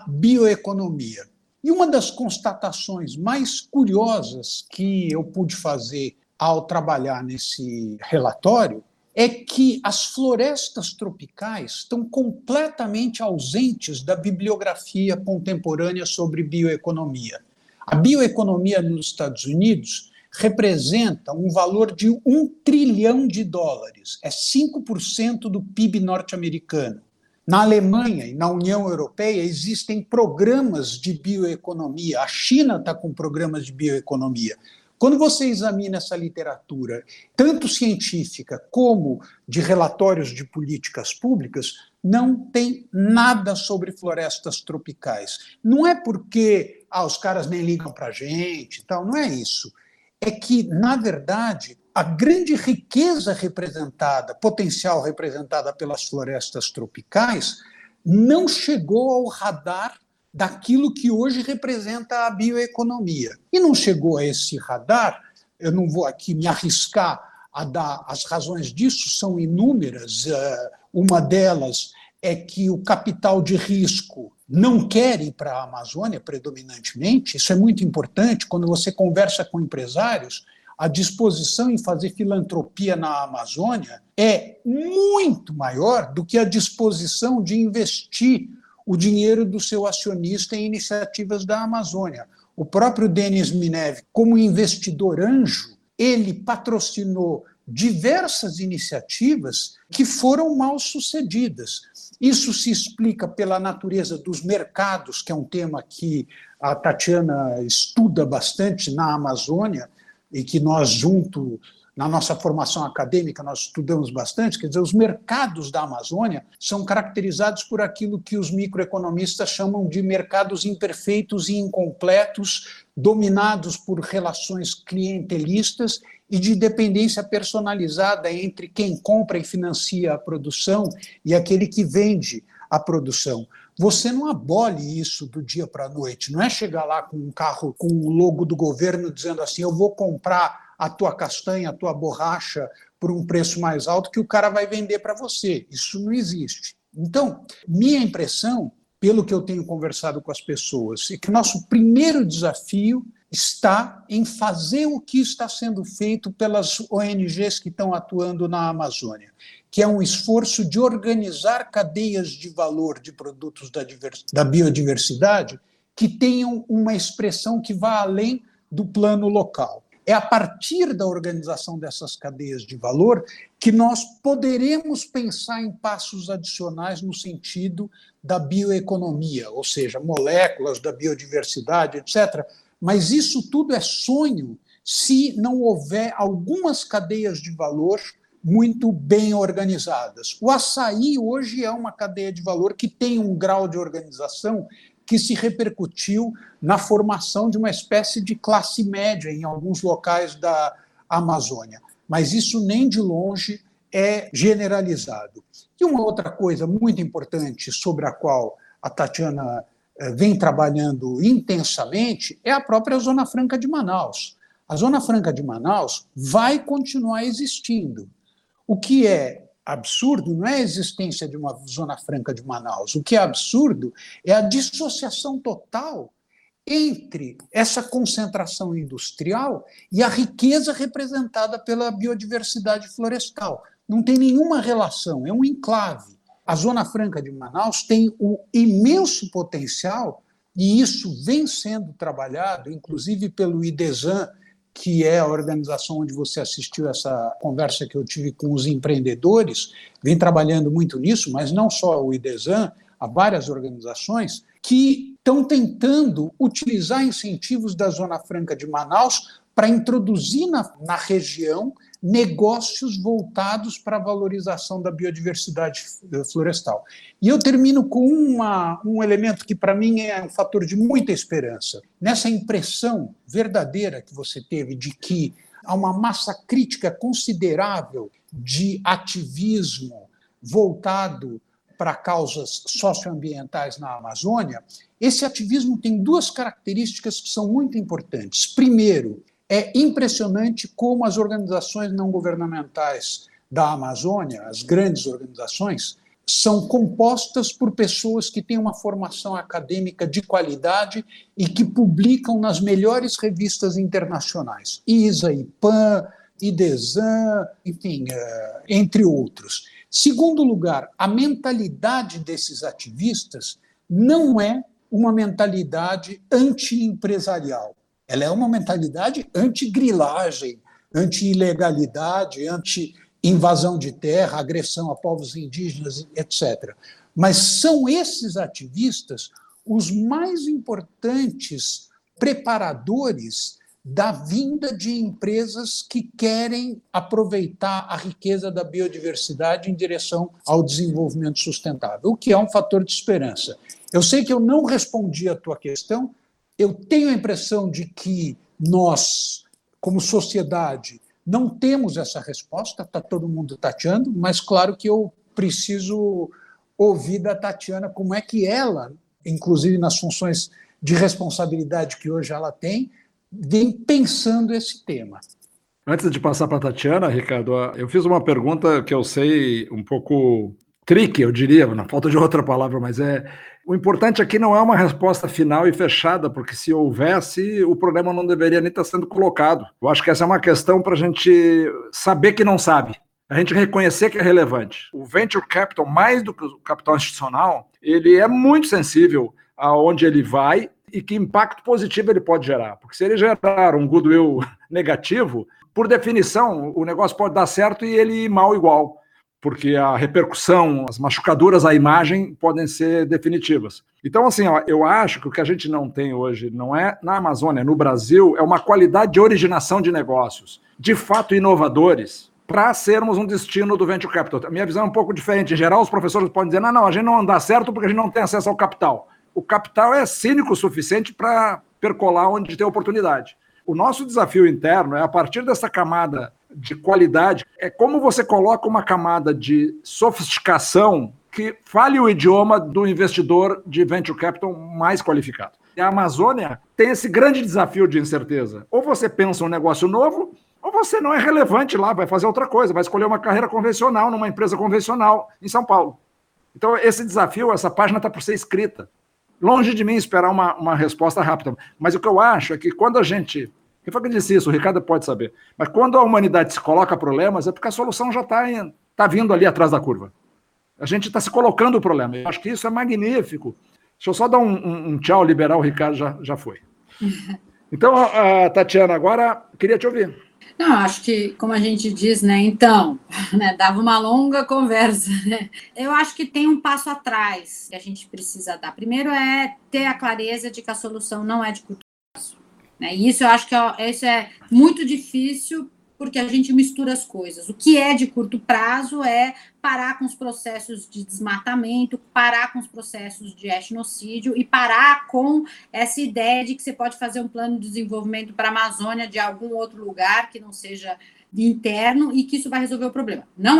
[SPEAKER 1] bioeconomia. E uma das constatações mais curiosas que eu pude fazer ao trabalhar nesse relatório é que as florestas tropicais estão completamente ausentes da bibliografia contemporânea sobre bioeconomia. A bioeconomia nos Estados Unidos representa um valor de $1 trilhão, é 5% do PIB norte-americano. Na Alemanha e na União Europeia existem programas de bioeconomia, a China está com programas de bioeconomia. Quando você examina essa literatura, tanto científica como de relatórios de políticas públicas, não tem nada sobre florestas tropicais. Não é porque os caras nem ligam para a gente, tal, não é isso. É que, na verdade, a grande riqueza representada, potencial representada pelas florestas tropicais, não chegou ao radar daquilo que hoje representa a bioeconomia. E não chegou a esse radar, eu não vou aqui me arriscar a dar as razões disso, são inúmeras. Uma delas é que o capital de risco não quer ir para a Amazônia predominantemente. Isso é muito importante. Quando você conversa com empresários, a disposição em fazer filantropia na Amazônia é muito maior do que a disposição de investir o dinheiro do seu acionista em iniciativas da Amazônia. O próprio Denis Minev, como investidor anjo, ele patrocinou diversas iniciativas que foram mal sucedidas. Isso se explica pela natureza dos mercados, que é um tema que a Tatiana estuda bastante na Amazônia e que nós, junto, na nossa formação acadêmica, nós estudamos bastante. Quer dizer, os mercados da Amazônia são caracterizados por aquilo que os microeconomistas chamam de mercados imperfeitos e incompletos, dominados por relações clientelistas e de dependência personalizada entre quem compra e financia a produção e aquele que vende a produção. Você não abole isso do dia para a noite, não é chegar lá com um carro com o logo do governo dizendo assim, eu vou comprar a tua castanha, a tua borracha por um preço mais alto que o cara vai vender para você. Isso não existe. Então, minha impressão, pelo que eu tenho conversado com as pessoas, é que o nosso primeiro desafio está em fazer o que está sendo feito pelas ONGs que estão atuando na Amazônia, que é um esforço de organizar cadeias de valor de produtos da biodiversidade que tenham uma expressão que vá além do plano local. É a partir da organização dessas cadeias de valor que nós poderemos pensar em passos adicionais no sentido da bioeconomia, ou seja, moléculas da biodiversidade, etc. Mas isso tudo é sonho se não houver algumas cadeias de valor muito bem organizadas. O açaí hoje é uma cadeia de valor que tem um grau de organização que se repercutiu na formação de uma espécie de classe média em alguns locais da Amazônia. Mas isso nem de longe é generalizado. E uma outra coisa muito importante sobre a qual a Tatiana vem trabalhando intensamente é a própria Zona Franca de Manaus. A Zona Franca de Manaus vai continuar existindo. O que é absurdo não é a existência de uma Zona Franca de Manaus. O que é absurdo é a dissociação total entre essa concentração industrial e a riqueza representada pela biodiversidade florestal. Não tem nenhuma relação, é um enclave. A Zona Franca de Manaus tem um imenso potencial, e isso vem sendo trabalhado, inclusive pelo IDESAN, que é a organização onde você assistiu essa conversa que eu tive com os empreendedores, vem trabalhando muito nisso, mas não só o IDESAN, há várias organizações que estão tentando utilizar incentivos da Zona Franca de Manaus para introduzir na região negócios voltados para a valorização da biodiversidade florestal. E eu termino com um elemento que, para mim, é um fator de muita esperança. Nessa impressão verdadeira que você teve de que há uma massa crítica considerável de ativismo voltado para causas socioambientais na Amazônia, esse ativismo tem duas características que são muito importantes. Primeiro, é impressionante como as organizações não governamentais da Amazônia, as grandes organizações, são compostas por pessoas que têm uma formação acadêmica de qualidade e que publicam nas melhores revistas internacionais. ISA, IPAM, IDESAN, enfim, entre outros. Segundo lugar, a mentalidade desses ativistas não é uma mentalidade anti-empresarial. Ela é uma mentalidade anti-grilagem, anti-ilegalidade, anti-invasão de terra, agressão a povos indígenas, etc. Mas são esses ativistas os mais importantes preparadores da vinda de empresas que querem aproveitar a riqueza da biodiversidade em direção ao desenvolvimento sustentável, o que é um fator de esperança. Eu sei que eu não respondi à tua questão, eu tenho a impressão de que nós, como sociedade, não temos essa resposta, está todo mundo tateando, mas claro que eu preciso ouvir da Tatiana como é que ela, inclusive nas funções de responsabilidade que hoje ela tem, vem pensando esse tema.
[SPEAKER 3] Antes de passar para a Tatiana, Ricardo, eu fiz uma pergunta que eu sei um pouco tricky, eu diria, na falta de outra palavra, mas o importante aqui não é uma resposta final e fechada, porque se houvesse, o problema não deveria nem estar sendo colocado. Eu acho que essa é uma questão para a gente saber que não sabe, a gente reconhecer que é relevante. O venture capital, mais do que o capital institucional, ele é muito sensível aonde ele vai e que impacto positivo ele pode gerar. Porque se ele gerar um goodwill negativo, por definição, o negócio pode dar certo e ele ir mal igual, porque a repercussão, as machucaduras à imagem podem ser definitivas. Então, assim, eu acho que o que a gente não tem hoje, não é na Amazônia, no Brasil, é uma qualidade de originação de negócios, de fato inovadores, para sermos um destino do venture capital. A minha visão é um pouco diferente. Em geral, os professores podem dizer, não, a gente não dá certo porque a gente não tem acesso ao capital. O capital é cínico o suficiente para percolar onde tem oportunidade. O nosso desafio interno é, a partir dessa camada de qualidade, é como você coloca uma camada de sofisticação que fale o idioma do investidor de venture capital mais qualificado. E a Amazônia tem esse grande desafio de incerteza. Ou você pensa um negócio novo, ou você não é relevante lá, vai fazer outra coisa, vai escolher uma carreira convencional numa empresa convencional em São Paulo. Então, esse desafio, essa página está por ser escrita. Longe de mim esperar uma resposta rápida. Mas o que eu acho é que quando a gente... Quem foi que disse isso? O Ricardo pode saber. Mas quando a humanidade se coloca problemas, é porque a solução já está vindo ali atrás da curva. A gente está se colocando o problema. Eu acho que isso é magnífico. Deixa eu só dar um tchau, liberar o Ricardo, já foi. Então, Tatiana, agora queria te ouvir.
[SPEAKER 2] Não, acho que, como a gente diz, né, então, né, dava uma longa conversa, né? Eu acho que tem um passo atrás que a gente precisa dar. Primeiro é ter a clareza de que a solução não é de curto prazo, né? E isso eu acho que isso é muito difícil, porque a gente mistura as coisas. O que é de curto prazo é parar com os processos de desmatamento, parar com os processos de etnocídio e parar com essa ideia de que você pode fazer um plano de desenvolvimento para a Amazônia de algum outro lugar que não seja interno e que isso vai resolver o problema. Não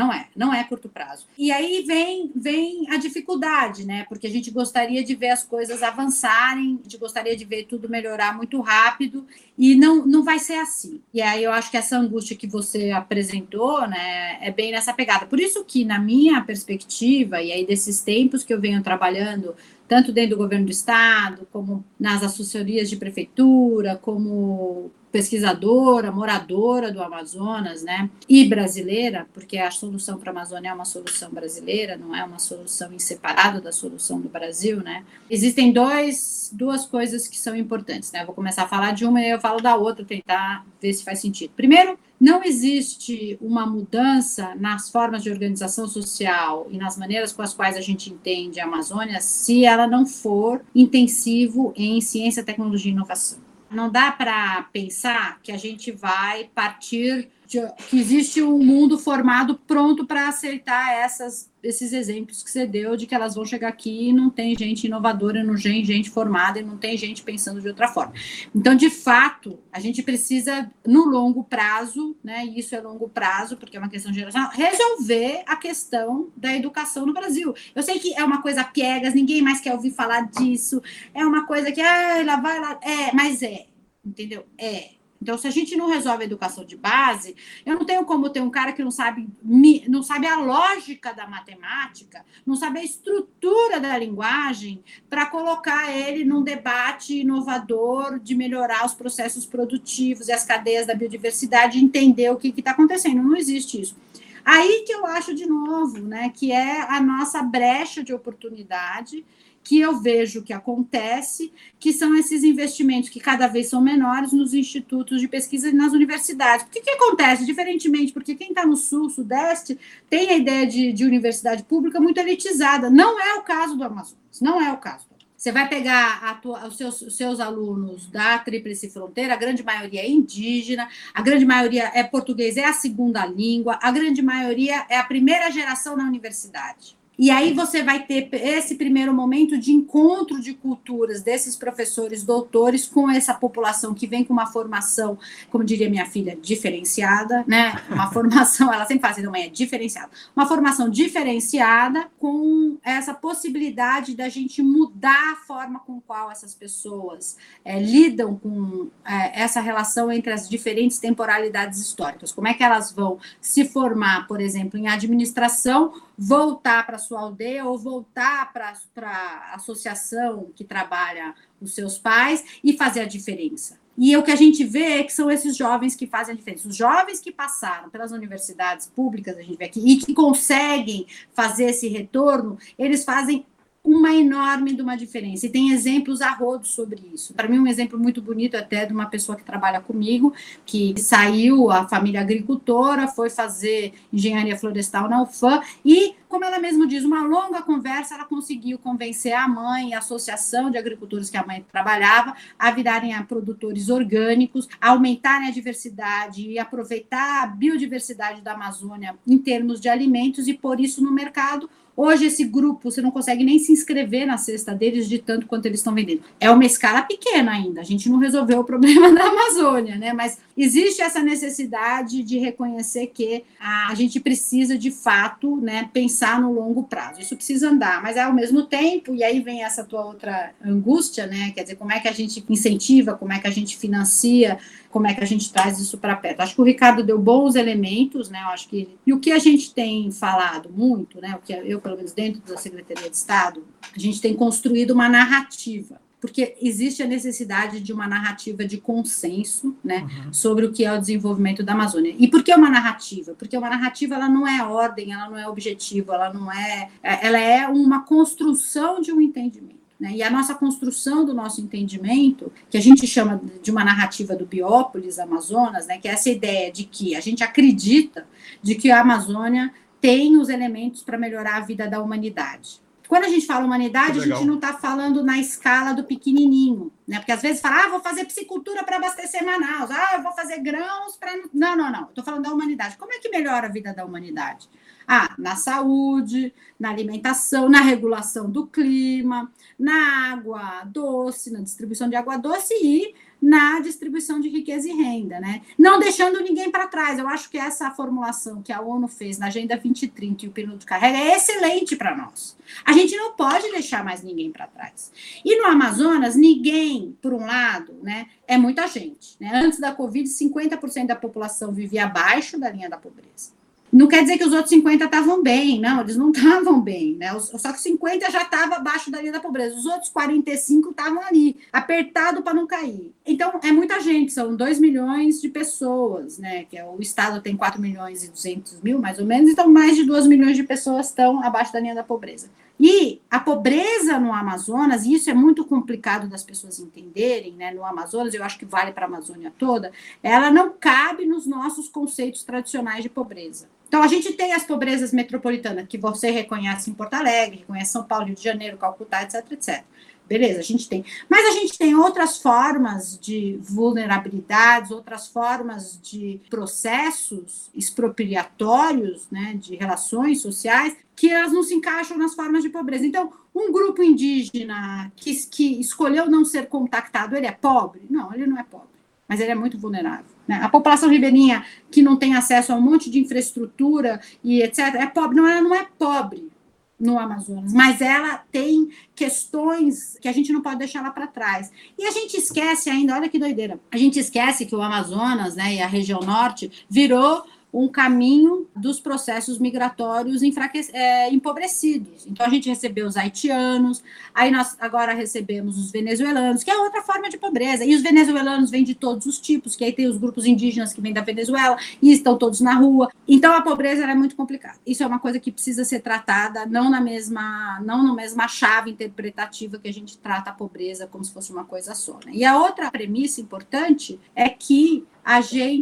[SPEAKER 2] é curto prazo. E aí vem a dificuldade, né? Porque a gente gostaria de ver as coisas avançarem, a gente gostaria de ver tudo melhorar muito rápido, e não vai ser assim. E aí eu acho que essa angústia que você apresentou, né, é bem nessa pegada. Por isso que, na minha perspectiva, e aí desses tempos que eu venho trabalhando, tanto dentro do governo do estado, como nas assessorias de prefeitura, como pesquisadora, moradora do Amazonas, né, e brasileira, porque a solução para a Amazônia é uma solução brasileira, não é uma solução em separado da solução do Brasil, né. Existem duas coisas que são importantes, né, eu vou começar a falar de uma e eu falo da outra, tentar ver se faz sentido. Primeiro, não existe uma mudança nas formas de organização social e nas maneiras com as quais a gente entende a Amazônia se ela não for intensivo em ciência, tecnologia e inovação. Não dá para pensar que a gente vai partir que existe um mundo formado pronto para aceitar esses exemplos que você deu, de que elas vão chegar aqui e não tem gente inovadora, não tem gente formada e não tem gente pensando de outra forma. Então, de fato, a gente precisa, no longo prazo, né, e isso é longo prazo, porque é uma questão geracional, resolver a questão da educação no Brasil. Eu sei que é uma coisa piegas, ninguém mais quer ouvir falar disso, é uma coisa que, lá vai, mas entendeu? Então, se a gente não resolve a educação de base, eu não tenho como ter um cara que não sabe a lógica da matemática, não sabe a estrutura da linguagem, para colocar ele num debate inovador de melhorar os processos produtivos e as cadeias da biodiversidade e entender o que está acontecendo. Não existe isso. Aí que eu acho, de novo, né, que é a nossa brecha de oportunidade, que eu vejo que acontece, que são esses investimentos que cada vez são menores nos institutos de pesquisa e nas universidades. Por que acontece? Diferentemente, porque quem está no sul, sudeste, tem a ideia de universidade pública muito elitizada. Não é o caso do Amazonas, não é o caso. Você vai pegar os seus alunos da Tríplice Fronteira, a grande maioria é indígena, a grande maioria é português, é a segunda língua, a grande maioria é a primeira geração na universidade. E aí você vai ter esse primeiro momento de encontro de culturas desses professores, doutores, com essa população que vem com uma formação, como diria minha filha, diferenciada, né? Uma formação, ela sempre fala assim, não é diferenciada. Uma formação diferenciada com essa possibilidade da gente mudar a forma com qual essas pessoas lidam com essa relação entre as diferentes temporalidades históricas. Como é que elas vão se formar, por exemplo, em administração, voltar para a sua aldeia ou voltar para a associação que trabalha os seus pais e fazer a diferença. E o que a gente vê é que são esses jovens que fazem a diferença. Os jovens que passaram pelas universidades públicas, a gente vê aqui, e que conseguem fazer esse retorno, eles fazem uma enorme de uma diferença. E tem exemplos a rodo sobre isso. Para mim, um exemplo muito bonito até de uma pessoa que trabalha comigo, que saiu, a família agricultora, foi fazer engenharia florestal na UFAM e, como ela mesma diz, uma longa conversa, ela conseguiu convencer a mãe e a associação de agricultores que a mãe trabalhava a virarem produtores orgânicos, a aumentarem a diversidade e aproveitar a biodiversidade da Amazônia em termos de alimentos e pôr isso no mercado. Hoje, esse grupo, você não consegue nem se inscrever na cesta deles de tanto quanto eles estão vendendo. É uma escala pequena ainda, a gente não resolveu o problema da Amazônia, né? Mas existe essa necessidade de reconhecer que a gente precisa, de fato, né, pensar no longo prazo. Isso precisa andar, mas ao mesmo tempo, e aí vem essa tua outra angústia, né? Quer dizer, como é que a gente incentiva, como é que a gente financia, como é que a gente traz isso para perto. Acho que o Ricardo deu bons elementos, né? Eu acho que, e o que a gente tem falado muito, né? O que eu, pelo menos dentro da Secretaria de Estado, a gente tem construído uma narrativa, porque existe a necessidade de uma narrativa de consenso, né, sobre o que é o desenvolvimento da Amazônia. E por que uma narrativa? Porque uma narrativa, ela não é ordem, ela não é objetivo, ela é uma construção de um entendimento. Né? E a nossa construção do nosso entendimento, que a gente chama de uma narrativa do Biópolis, Amazonas, né, que é essa ideia de que a gente acredita de que a Amazônia tem os elementos para melhorar a vida da humanidade. Quando a gente fala humanidade, a gente não está falando na escala do pequenininho, né? Porque às vezes fala, vou fazer piscicultura para abastecer Manaus, eu vou fazer grãos para... Não. Estou falando da humanidade. Como é que melhora a vida da humanidade? Na saúde, na alimentação, na regulação do clima, na água doce, na distribuição de água doce e na distribuição de riqueza e renda, né? Não deixando ninguém para trás. Eu acho que essa formulação que a ONU fez na Agenda 2030 e o PNUD carrega é excelente para nós. A gente não pode deixar mais ninguém para trás. E no Amazonas, ninguém, por um lado, né, é muita gente. Né? Antes da Covid, 50% da população vivia abaixo da linha da pobreza. Não quer dizer que os outros 50 estavam bem, não, eles não estavam bem, né? Só que 50 já estava abaixo da linha da pobreza, os outros 45 estavam ali, apertado para não cair. Então, é muita gente, são 2 milhões de pessoas, né? Que o Estado tem 4 milhões e 200 mil, mais ou menos, então mais de 2 milhões de pessoas estão abaixo da linha da pobreza. E a pobreza no Amazonas, e isso é muito complicado das pessoas entenderem, né? No Amazonas, eu acho que vale para a Amazônia toda, ela não cabe nos nossos conceitos tradicionais de pobreza. Então, a gente tem as pobrezas metropolitanas, que você reconhece em Porto Alegre, reconhece São Paulo, Rio de Janeiro, Calcutá, etc, etc. Beleza, a gente tem. Mas a gente tem outras formas de vulnerabilidades, outras formas de processos expropriatórios, né, de relações sociais, que elas não se encaixam nas formas de pobreza. Então, um grupo indígena que escolheu não ser contactado, ele é pobre? Não, ele não é pobre, mas ele é muito vulnerável. Né? A população ribeirinha que não tem acesso a um monte de infraestrutura e etc., é pobre. Não, ela não é pobre. no Amazonas, mas ela tem questões que a gente não pode deixar lá para trás. E a gente esquece ainda, olha que doideira, a gente esquece que o Amazonas, né, e a região norte virou um caminho dos processos migratórios empobrecidos. Então, a gente recebeu os haitianos, aí nós agora recebemos os venezuelanos, que é outra forma de pobreza. E os venezuelanos vêm de todos os tipos, que aí tem os grupos indígenas que vêm da Venezuela e estão todos na rua. Então, a pobreza é muito complicada. Isso é uma coisa que precisa ser tratada não na mesma chave interpretativa que a gente trata a pobreza como se fosse uma coisa só, né? E a outra premissa importante é que a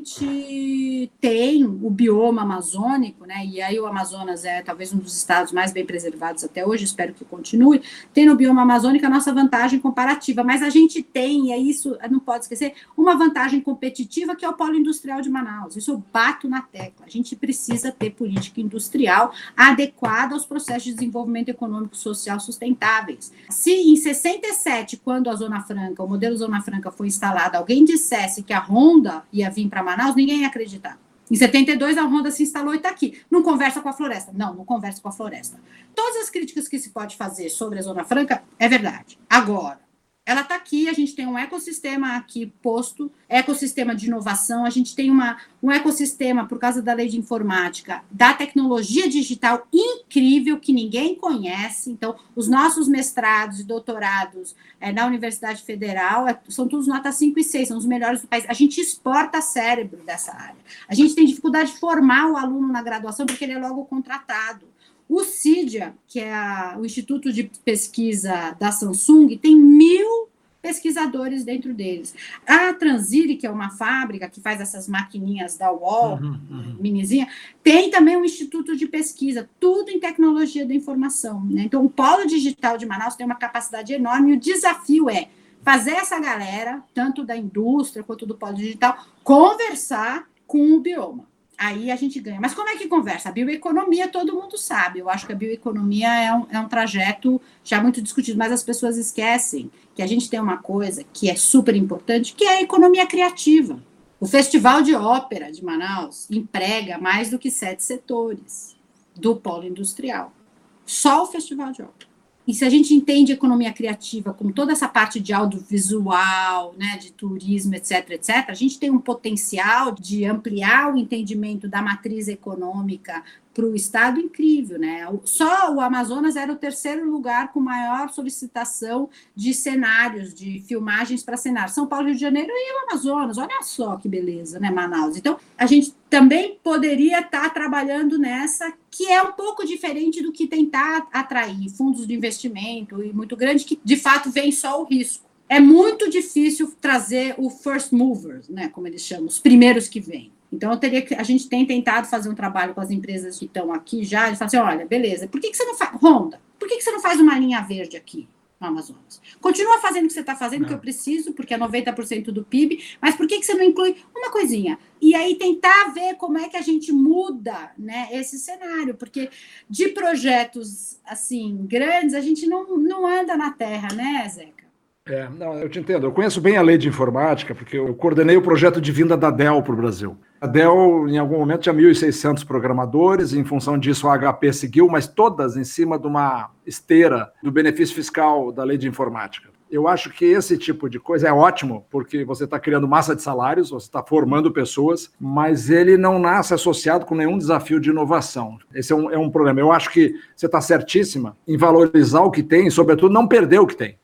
[SPEAKER 2] gente tem o bioma amazônico, né? E aí o Amazonas é talvez um dos estados mais bem preservados até hoje, espero que continue. Tem no bioma amazônico a nossa vantagem comparativa, mas a gente tem, e é isso, não pode esquecer, uma vantagem competitiva que é o polo industrial de Manaus. Isso eu bato na tecla. A gente precisa ter política industrial adequada aos processos de desenvolvimento econômico e social sustentáveis. Se em 67, quando a Zona Franca, o modelo Zona Franca foi instalado, alguém dissesse que a Honda ia vir para Manaus, ninguém ia acreditar. Em 72, a Honda se instalou e está aqui. Não conversa com a floresta. Não conversa com a floresta. Todas as críticas que se pode fazer sobre a Zona Franca é verdade. Agora, ela está aqui, a gente tem um ecossistema aqui posto, ecossistema de inovação, a gente tem um ecossistema, por causa da lei de informática, da tecnologia digital incrível que ninguém conhece. Então, os nossos mestrados e doutorados na Universidade Federal são todos nota 5 e 6, são os melhores do país. A gente exporta cérebro dessa área. A gente tem dificuldade de formar o aluno na graduação porque ele é logo contratado. O CIDIA, que é o Instituto de Pesquisa da Samsung, tem 1.000 pesquisadores dentro deles. A Transire, que é uma fábrica que faz essas maquininhas da UOL, minizinha, tem também um instituto de pesquisa, tudo em tecnologia da informação, né? Então, o Polo Digital de Manaus tem uma capacidade enorme, e o desafio é fazer essa galera, tanto da indústria quanto do Polo Digital, conversar com o bioma. Aí a gente ganha. Mas como é que conversa? A bioeconomia todo mundo sabe. Eu acho que a bioeconomia é um trajeto já muito discutido, mas as pessoas esquecem que a gente tem uma coisa que é super importante, que é a economia criativa. O Festival de Ópera de Manaus emprega mais do que 7 setores do polo industrial. Só o Festival de Ópera. E se a gente entende economia criativa como toda essa parte de audiovisual, né, de turismo, etc., a gente tem um potencial de ampliar o entendimento da matriz econômica para o Estado incrível, né? Só o Amazonas era o 3º lugar com maior solicitação de cenários, de filmagens para cenários. São Paulo, Rio de Janeiro e o Amazonas, olha só que beleza, né, Manaus? Então, a gente também poderia estar trabalhando nessa, que é um pouco diferente do que tentar atrair fundos de investimento e muito grande, que de fato vem só o risco. É muito difícil trazer o first movers, né, como eles chamam, os primeiros que vêm. Então, a gente tem tentado fazer um trabalho com as empresas que estão aqui já, eles falam assim, olha, beleza, por que você não faz, Honda, por que você não faz uma linha verde aqui no Amazonas? Continua fazendo o que você está fazendo, que eu preciso, porque é 90% do PIB, mas por que você não inclui uma coisinha? E aí tentar ver como é que a gente muda, né, esse cenário, porque de projetos, assim, grandes, a gente não anda na terra, né, Zeca?
[SPEAKER 3] Não, eu te entendo. Eu conheço bem a lei de informática, porque eu coordenei o projeto de vinda da Dell para o Brasil. A Dell, em algum momento, tinha 1.600 programadores, e em função disso a HP seguiu, mas todas em cima de uma esteira do benefício fiscal da lei de informática. Eu acho que esse tipo de coisa é ótimo, porque você está criando massa de salários, você está formando pessoas, mas ele não nasce associado com nenhum desafio de inovação. Esse é um problema. Eu acho que você está certíssima em valorizar o que tem e, sobretudo, não perder o que tem.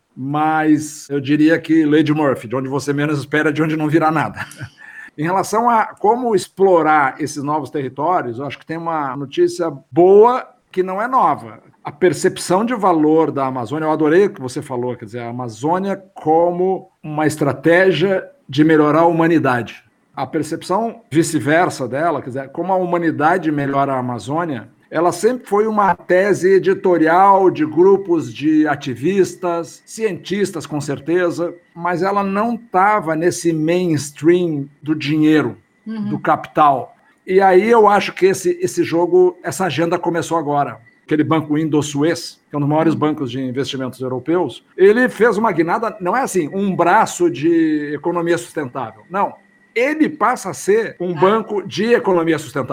[SPEAKER 3] Mas eu diria que lei de Murphy, de onde você menos espera, de onde não virá nada. Em relação a como explorar esses novos territórios, eu acho que tem uma notícia boa que não é nova. A percepção de valor da Amazônia, eu adorei o que você falou, quer dizer, a Amazônia como uma estratégia de melhorar a humanidade. A percepção vice-versa dela, quer dizer, como a humanidade melhora a Amazônia, ela sempre foi uma tese editorial de grupos de ativistas, cientistas com certeza, mas ela não estava nesse mainstream do dinheiro, do capital. E aí eu acho que esse jogo, essa agenda começou agora. Aquele banco Indosuez, que é um dos maiores bancos de investimentos europeus, ele fez uma guinada, não é assim, um braço de economia sustentável, não. Ele passa a ser um banco de economia sustentável.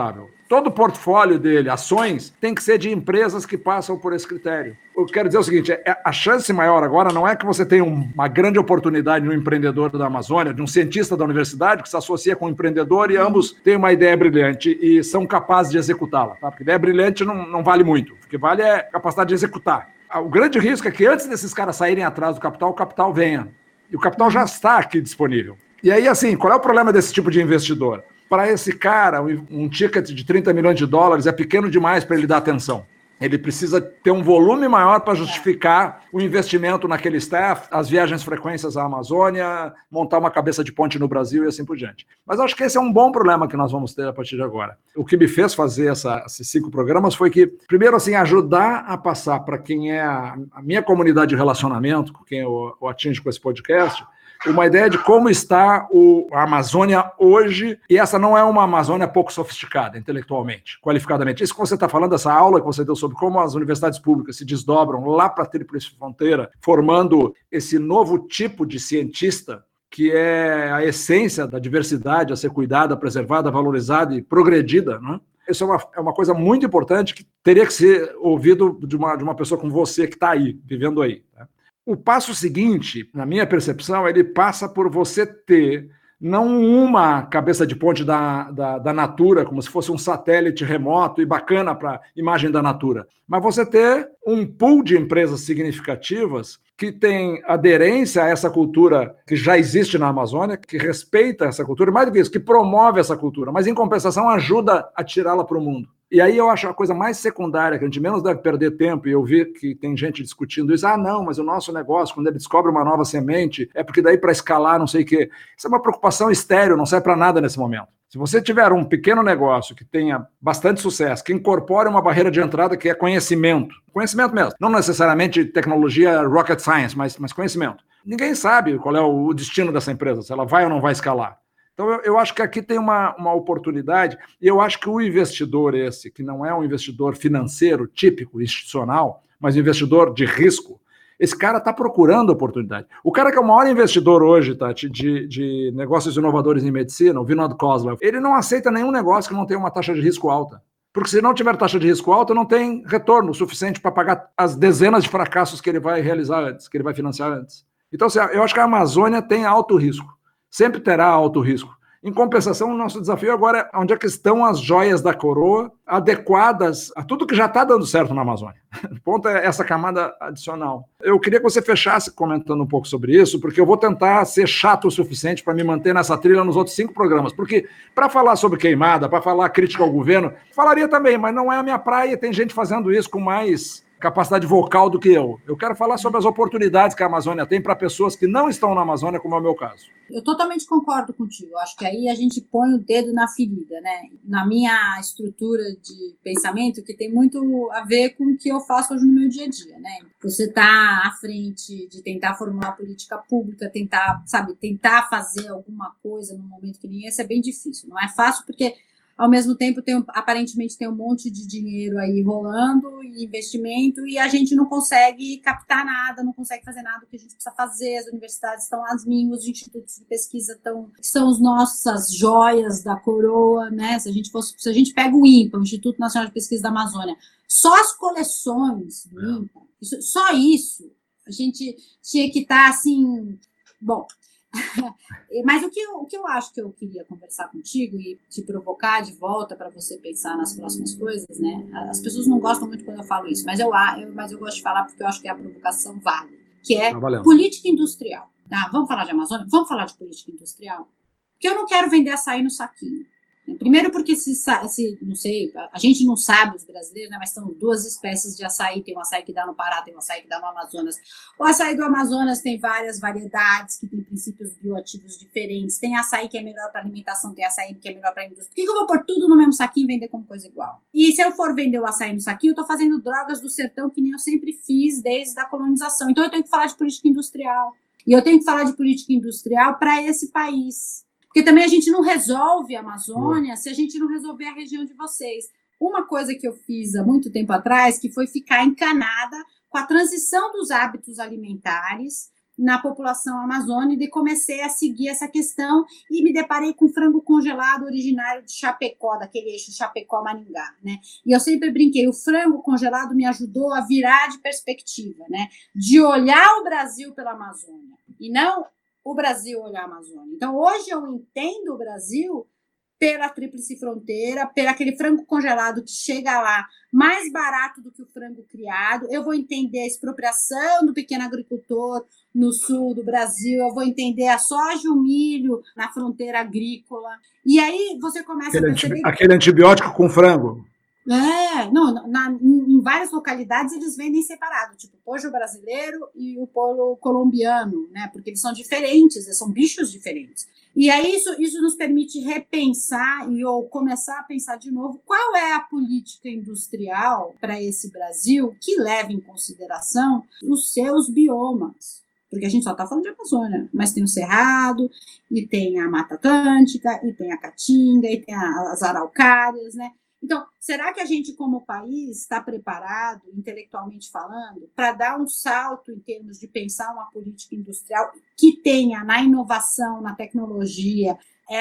[SPEAKER 3] todo o portfólio dele, ações, tem que ser de empresas que passam por esse critério. Eu quero dizer o seguinte, a chance maior agora não é que você tenha uma grande oportunidade de um empreendedor da Amazônia, de um cientista da universidade que se associa com um empreendedor e ambos têm uma ideia brilhante e são capazes de executá-la. Tá? Porque ideia brilhante não vale muito. O que vale é a capacidade de executar. O grande risco é que antes desses caras saírem atrás do capital, o capital venha. E o capital já está aqui disponível. E aí, assim, qual é o problema desse tipo de investidor? Para esse cara, um ticket de 30 milhões de dólares é pequeno demais para ele dar atenção. Ele precisa ter um volume maior para justificar o investimento naquele staff, as viagens frequências à Amazônia, montar uma cabeça de ponte no Brasil e assim por diante. Mas acho que esse é um bom problema que nós vamos ter a partir de agora. O que me fez fazer esses 5 programas foi que, primeiro, assim, ajudar a passar para quem é a minha comunidade de relacionamento, com quem eu atingo com esse podcast, uma ideia de como está a Amazônia hoje, e essa não é uma Amazônia pouco sofisticada, intelectualmente, qualificadamente. Isso que você está falando, essa aula que você deu sobre como as universidades públicas se desdobram lá para a Tríplice Fronteira, formando esse novo tipo de cientista, que é a essência da diversidade a ser cuidada, preservada, valorizada e progredida, não é? Isso é uma coisa muito importante que teria que ser ouvido de uma pessoa como você que está aí, vivendo aí, né? O passo seguinte, na minha percepção, ele passa por você ter não uma cabeça de ponte da Natura, como se fosse um satélite remoto e bacana para imagem da Natura, mas você ter um pool de empresas significativas que tem aderência a essa cultura que já existe na Amazônia, que respeita essa cultura, e mais do que isso, que promove essa cultura, mas em compensação ajuda a tirá-la para o mundo. E aí eu acho a coisa mais secundária, que a gente menos deve perder tempo, e eu vi que tem gente discutindo isso, não, mas o nosso negócio, quando ele descobre uma nova semente, é porque daí para escalar não sei o quê. Isso é uma preocupação estéril, não serve para nada nesse momento. Se você tiver um pequeno negócio que tenha bastante sucesso, que incorpore uma barreira de entrada que é conhecimento mesmo, não necessariamente tecnologia rocket science, mas conhecimento. Ninguém sabe qual é o destino dessa empresa, se ela vai ou não vai escalar. Então, eu acho que aqui tem uma oportunidade, e eu acho que o investidor esse, que não é um investidor financeiro típico, institucional, mas um investidor de risco, esse cara está procurando oportunidade. O cara que é o maior investidor hoje, Tati, de negócios inovadores em medicina, o Vinod Khosla, ele não aceita nenhum negócio que não tenha uma taxa de risco alta. Porque se não tiver taxa de risco alta, não tem retorno suficiente para pagar as dezenas de fracassos que ele vai realizar antes, que ele vai financiar antes. Então, eu acho que a Amazônia tem alto risco. Sempre terá alto risco. Em compensação, o nosso desafio agora é onde é que estão as joias da coroa adequadas a tudo que já está dando certo na Amazônia. O ponto é essa camada adicional. Eu queria que você fechasse comentando um pouco sobre isso, porque eu vou tentar ser chato o suficiente para me manter nessa trilha nos outros 5 programas. Porque para falar sobre queimada, para falar crítica ao governo, falaria também, mas não é a minha praia, tem gente fazendo isso com mais capacidade vocal do que eu. Eu quero falar sobre as oportunidades que a Amazônia tem para pessoas que não estão na Amazônia, como é o meu caso.
[SPEAKER 2] Eu totalmente concordo contigo. Eu acho que aí a gente põe o dedo na ferida, né? Na minha estrutura de pensamento, que tem muito a ver com o que eu faço hoje no meu dia a dia, né? Você tá à frente de tentar formular política pública, tentar fazer alguma coisa num momento que nem esse é bem difícil. Não é fácil porque ao mesmo tempo aparentemente tem um monte de dinheiro aí rolando e investimento e a gente não consegue captar nada, não consegue fazer nada que a gente precisa fazer, as universidades estão às mil, os institutos de pesquisa que são as nossas joias da coroa, né? Se a gente pega o INPA, o Instituto Nacional de Pesquisa da Amazônia, só as coleções do INPA, só isso, a gente tinha que estar assim, bom. Mas o que eu acho que eu queria conversar contigo e te provocar de volta para você pensar nas próximas coisas, né? As pessoas não gostam muito quando eu falo isso, mas eu gosto de falar porque eu acho que a provocação vale, que é política industrial. Tá? Vamos falar de Amazônia? Vamos falar de política industrial? Porque eu não quero vender açaí no saquinho. Primeiro porque, não sei, a gente não sabe, os brasileiros, né, mas são 2 espécies de açaí, tem um açaí que dá no Pará, tem um açaí que dá no Amazonas. O açaí do Amazonas tem várias variedades, que tem princípios bioativos diferentes, tem açaí que é melhor para alimentação, tem açaí que é melhor para indústria. Por que eu vou pôr tudo no mesmo saquinho e vender como coisa igual? E se eu for vender o açaí no saquinho, eu estou fazendo drogas do sertão que nem eu sempre fiz desde a colonização. Então eu tenho que falar de política industrial. E eu tenho que falar de política industrial para esse país. Porque também a gente não resolve a Amazônia se a gente não resolver a região de vocês. Uma coisa que eu fiz há muito tempo atrás, que foi ficar encanada com a transição dos hábitos alimentares na população amazônica e comecei a seguir essa questão e me deparei com frango congelado originário de Chapecó, daquele eixo Chapecó-Maringá, né? E eu sempre brinquei, o frango congelado me ajudou a virar de perspectiva, né? De olhar o Brasil pela Amazônia e não o Brasil olhar a Amazônia. Então, hoje eu entendo o Brasil pela tríplice fronteira, pelo aquele frango congelado que chega lá mais barato do que o frango criado. Eu vou entender a expropriação do pequeno agricultor no sul do Brasil, eu vou entender a soja e o milho na fronteira agrícola. E aí você começa a perceber...
[SPEAKER 3] Aquele antibiótico com frango.
[SPEAKER 2] Em várias localidades eles vendem separado, tipo o pojo brasileiro e o pojo colombiano, né? Porque eles são diferentes, eles são bichos diferentes. E aí isso nos permite repensar ou começar a pensar de novo qual é a política industrial para esse Brasil que leva em consideração os seus biomas. Porque a gente só está falando de Amazônia, mas tem o Cerrado, e tem a Mata Atlântica, e tem a Caatinga, e tem as araucárias, né? Então, será que a gente, como país, está preparado, intelectualmente falando, para dar um salto em termos de pensar uma política industrial que tenha na inovação, na tecnologia,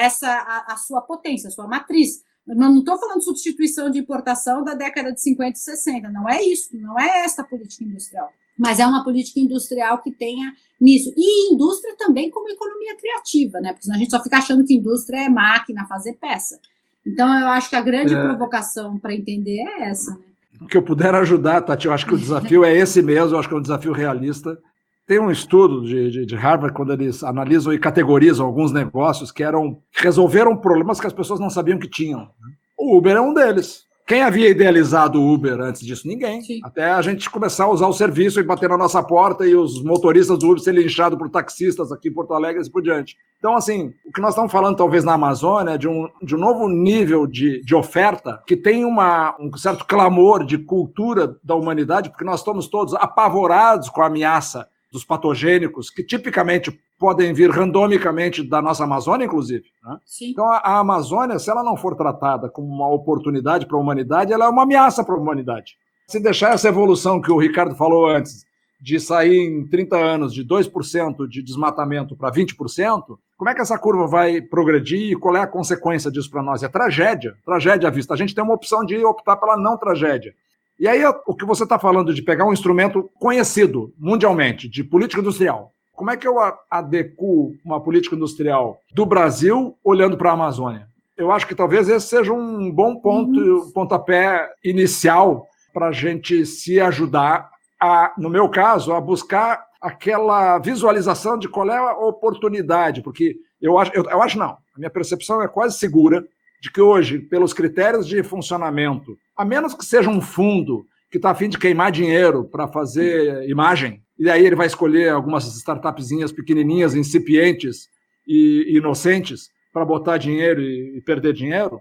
[SPEAKER 2] a sua potência, a sua matriz? Eu não estou falando de substituição de importação da década de 50 e 60, não é isso, não é esta política industrial. Mas é uma política industrial que tenha nisso. E indústria também como economia criativa, né? Porque senão a gente só fica achando que indústria é máquina, fazer peça. Então, eu acho que a grande provocação para entender é essa. Né?
[SPEAKER 3] O que eu puder ajudar, Tati, eu acho que o desafio é esse mesmo, eu acho que é um desafio realista. Tem um estudo de Harvard, quando eles analisam e categorizam alguns negócios que resolveram problemas que as pessoas não sabiam que tinham. O Uber é um deles. Quem havia idealizado o Uber antes disso? Ninguém. Sim. Até a gente começar a usar o serviço e bater na nossa porta e os motoristas do Uber serem linchados por taxistas aqui em Porto Alegre e assim por diante. Então, assim, o que nós estamos falando talvez na Amazônia é de um novo nível de oferta que tem um certo clamor de cultura da humanidade, porque nós estamos todos apavorados com a ameaça dos patogênicos, que tipicamente podem vir randomicamente da nossa Amazônia, inclusive. Né? Então, a Amazônia, se ela não for tratada como uma oportunidade para a humanidade, ela é uma ameaça para a humanidade. Se deixar essa evolução que o Ricardo falou antes, de sair em 30 anos de 2% de desmatamento para 20%, como é que essa curva vai progredir e qual é a consequência disso para nós? É tragédia à vista. A gente tem uma opção de optar pela não tragédia. E aí, o que você está falando de pegar um instrumento conhecido mundialmente, de política industrial, como é que eu adequo uma política industrial do Brasil olhando para a Amazônia? Eu acho que talvez esse seja um bom pontapé inicial para a gente se ajudar, no meu caso, a buscar aquela visualização de qual é a oportunidade, porque eu acho não, a minha percepção é quase segura de que hoje, pelos critérios de funcionamento, a menos que seja um fundo que está a fim de queimar dinheiro para fazer imagem, e aí ele vai escolher algumas startupzinhas pequenininhas, incipientes e inocentes para botar dinheiro e perder dinheiro.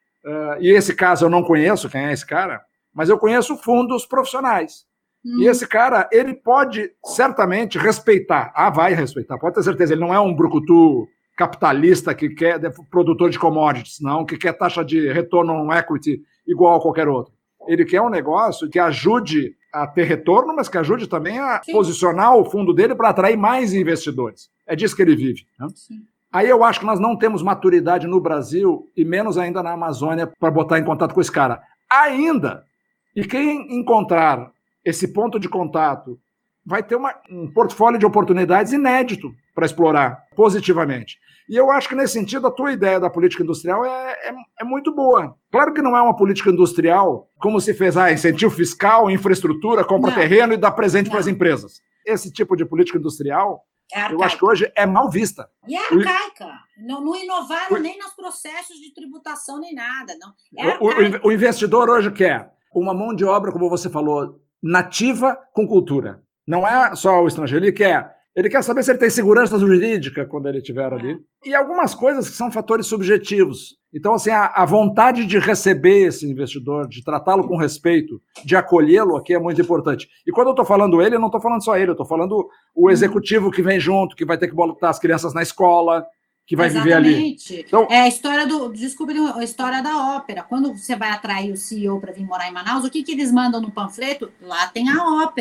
[SPEAKER 3] E esse caso eu não conheço quem é esse cara, mas eu conheço fundos profissionais. E esse cara, ele pode certamente respeitar. Vai respeitar, pode ter certeza. Ele não é um brucutu capitalista que quer produtor de commodities, não, que quer taxa de retorno on equity igual a qualquer outro. Ele quer um negócio que ajude a ter retorno, mas que ajude também a posicionar o fundo dele para atrair mais investidores. É disso que ele vive. Né? Aí eu acho que nós não temos maturidade no Brasil, e menos ainda na Amazônia, para botar em contato com esse cara. Ainda! E quem encontrar esse ponto de contato vai ter um portfólio de oportunidades inédito para explorar positivamente. E eu acho que, nesse sentido, a tua ideia da política industrial é muito boa. Claro que não é uma política industrial como se fez incentivo fiscal, infraestrutura, compra terreno e dá presente para as empresas. Esse tipo de política industrial, eu acho que hoje é mal vista.
[SPEAKER 2] E é arcaica. Não inovaram nem nos processos de tributação, nem nada. Não.
[SPEAKER 3] O investidor hoje quer uma mão de obra, como você falou, nativa com cultura. Não é só o estrangeiro, ele quer saber se ele tem segurança jurídica quando ele estiver ali. E algumas coisas que são fatores subjetivos. Então, assim, a vontade de receber esse investidor, de tratá-lo com respeito, de acolhê-lo aqui é muito importante. E quando eu estou falando ele, eu não estou falando só ele, eu estou falando o executivo que vem junto, que vai ter que botar as crianças na escola, que vai viver ali.
[SPEAKER 2] Então, é a história a história da ópera. Quando você vai atrair o CEO para vir morar em Manaus, o que eles mandam no panfleto? Lá tem a ópera.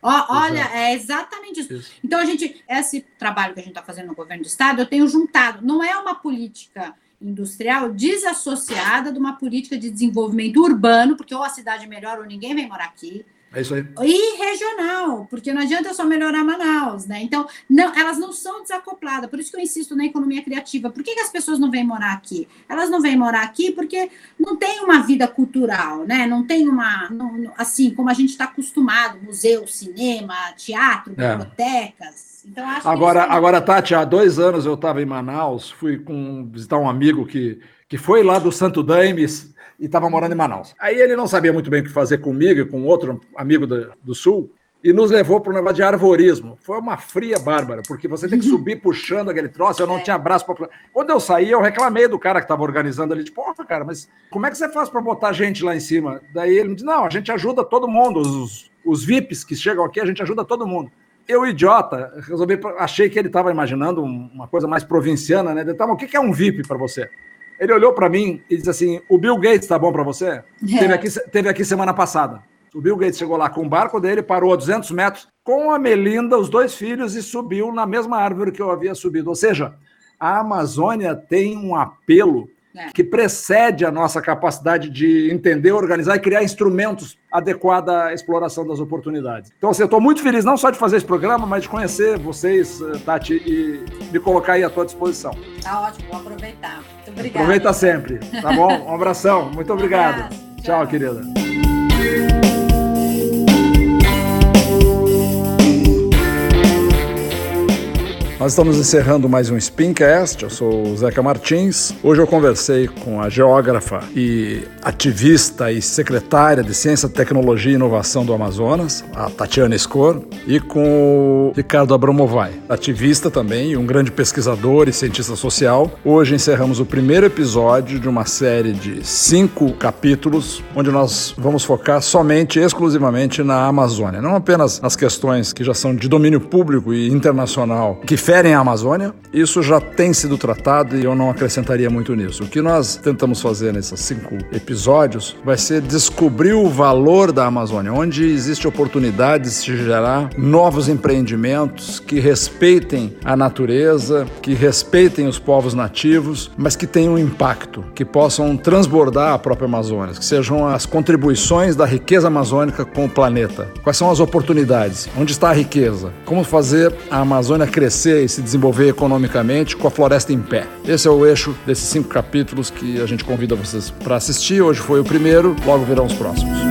[SPEAKER 2] Olha, é exatamente isso. Então, esse trabalho que a gente está fazendo no governo do estado, eu tenho juntado, não é uma política industrial desassociada de uma política de desenvolvimento urbano, porque ou a cidade melhora ou ninguém vem morar aqui.
[SPEAKER 3] É isso aí.
[SPEAKER 2] E regional, porque não adianta eu só melhorar Manaus, né? Então, elas não são desacopladas. Por isso que eu insisto na economia criativa. Por que as pessoas não vêm morar aqui? Elas não vêm morar aqui porque não tem uma vida cultural, né? Não tem assim, como a gente está acostumado, museu, cinema, teatro, bibliotecas. Então, acho
[SPEAKER 3] agora, Tati, há 2 anos eu estava em Manaus, fui visitar um amigo que foi lá do Santo Daime e estava morando em Manaus. Aí ele não sabia muito bem o que fazer comigo e com outro amigo do Sul, e nos levou para um negócio de arvorismo. Foi uma fria bárbara, porque você tem que subir puxando aquele troço, eu não tinha braço para... Quando eu saí, eu reclamei do cara que estava organizando ali, tipo, porra, cara, mas como é que você faz para botar gente lá em cima? Daí ele me disse, não, a gente ajuda todo mundo, os VIPs que chegam aqui, a gente ajuda todo mundo. Eu, idiota, achei que ele estava imaginando uma coisa mais provinciana, né? Então, o que é um VIP para você? Ele olhou para mim e disse assim, o Bill Gates tá bom para você? Teve aqui semana passada. O Bill Gates chegou lá com o barco dele, parou a 200 metros com a Melinda, os 2 filhos, e subiu na mesma árvore que eu havia subido. Ou seja, a Amazônia tem um apelo que precede a nossa capacidade de entender, organizar e criar instrumentos adequados à exploração das oportunidades. Então, assim, eu estou muito feliz não só de fazer esse programa, mas de conhecer vocês, Tati, e me colocar aí à tua disposição.
[SPEAKER 2] Tá ótimo, vou aproveitar. Muito obrigada.
[SPEAKER 3] Aproveita sempre, tá bom? Um abração, muito obrigado. Tchau, querida. Nós estamos encerrando mais um Spincast, eu sou o Zeca Martins. Hoje eu conversei com a geógrafa e ativista e secretária de Ciência, Tecnologia e Inovação do Amazonas, a Tatiana Escor, e com o Ricardo Abramovay, ativista também e um grande pesquisador e cientista social. Hoje encerramos o primeiro episódio de uma série de 5 capítulos, onde nós vamos focar exclusivamente na Amazônia, não apenas nas questões que já são de domínio público e internacional, que ferem a Amazônia. Isso já tem sido tratado e eu não acrescentaria muito nisso. O que nós tentamos fazer nesses 5 episódios vai ser descobrir o valor da Amazônia, onde existe oportunidade de se gerar novos empreendimentos que respeitem a natureza, que respeitem os povos nativos, mas que tenham impacto, que possam transbordar a própria Amazônia, que sejam as contribuições da riqueza amazônica com o planeta. Quais são as oportunidades? Onde está a riqueza? Como fazer a Amazônia crescer e se desenvolver economicamente com a floresta em pé? Esse é o eixo desses 5 capítulos que a gente convida vocês para assistir. Hoje foi o primeiro, logo virão os próximos.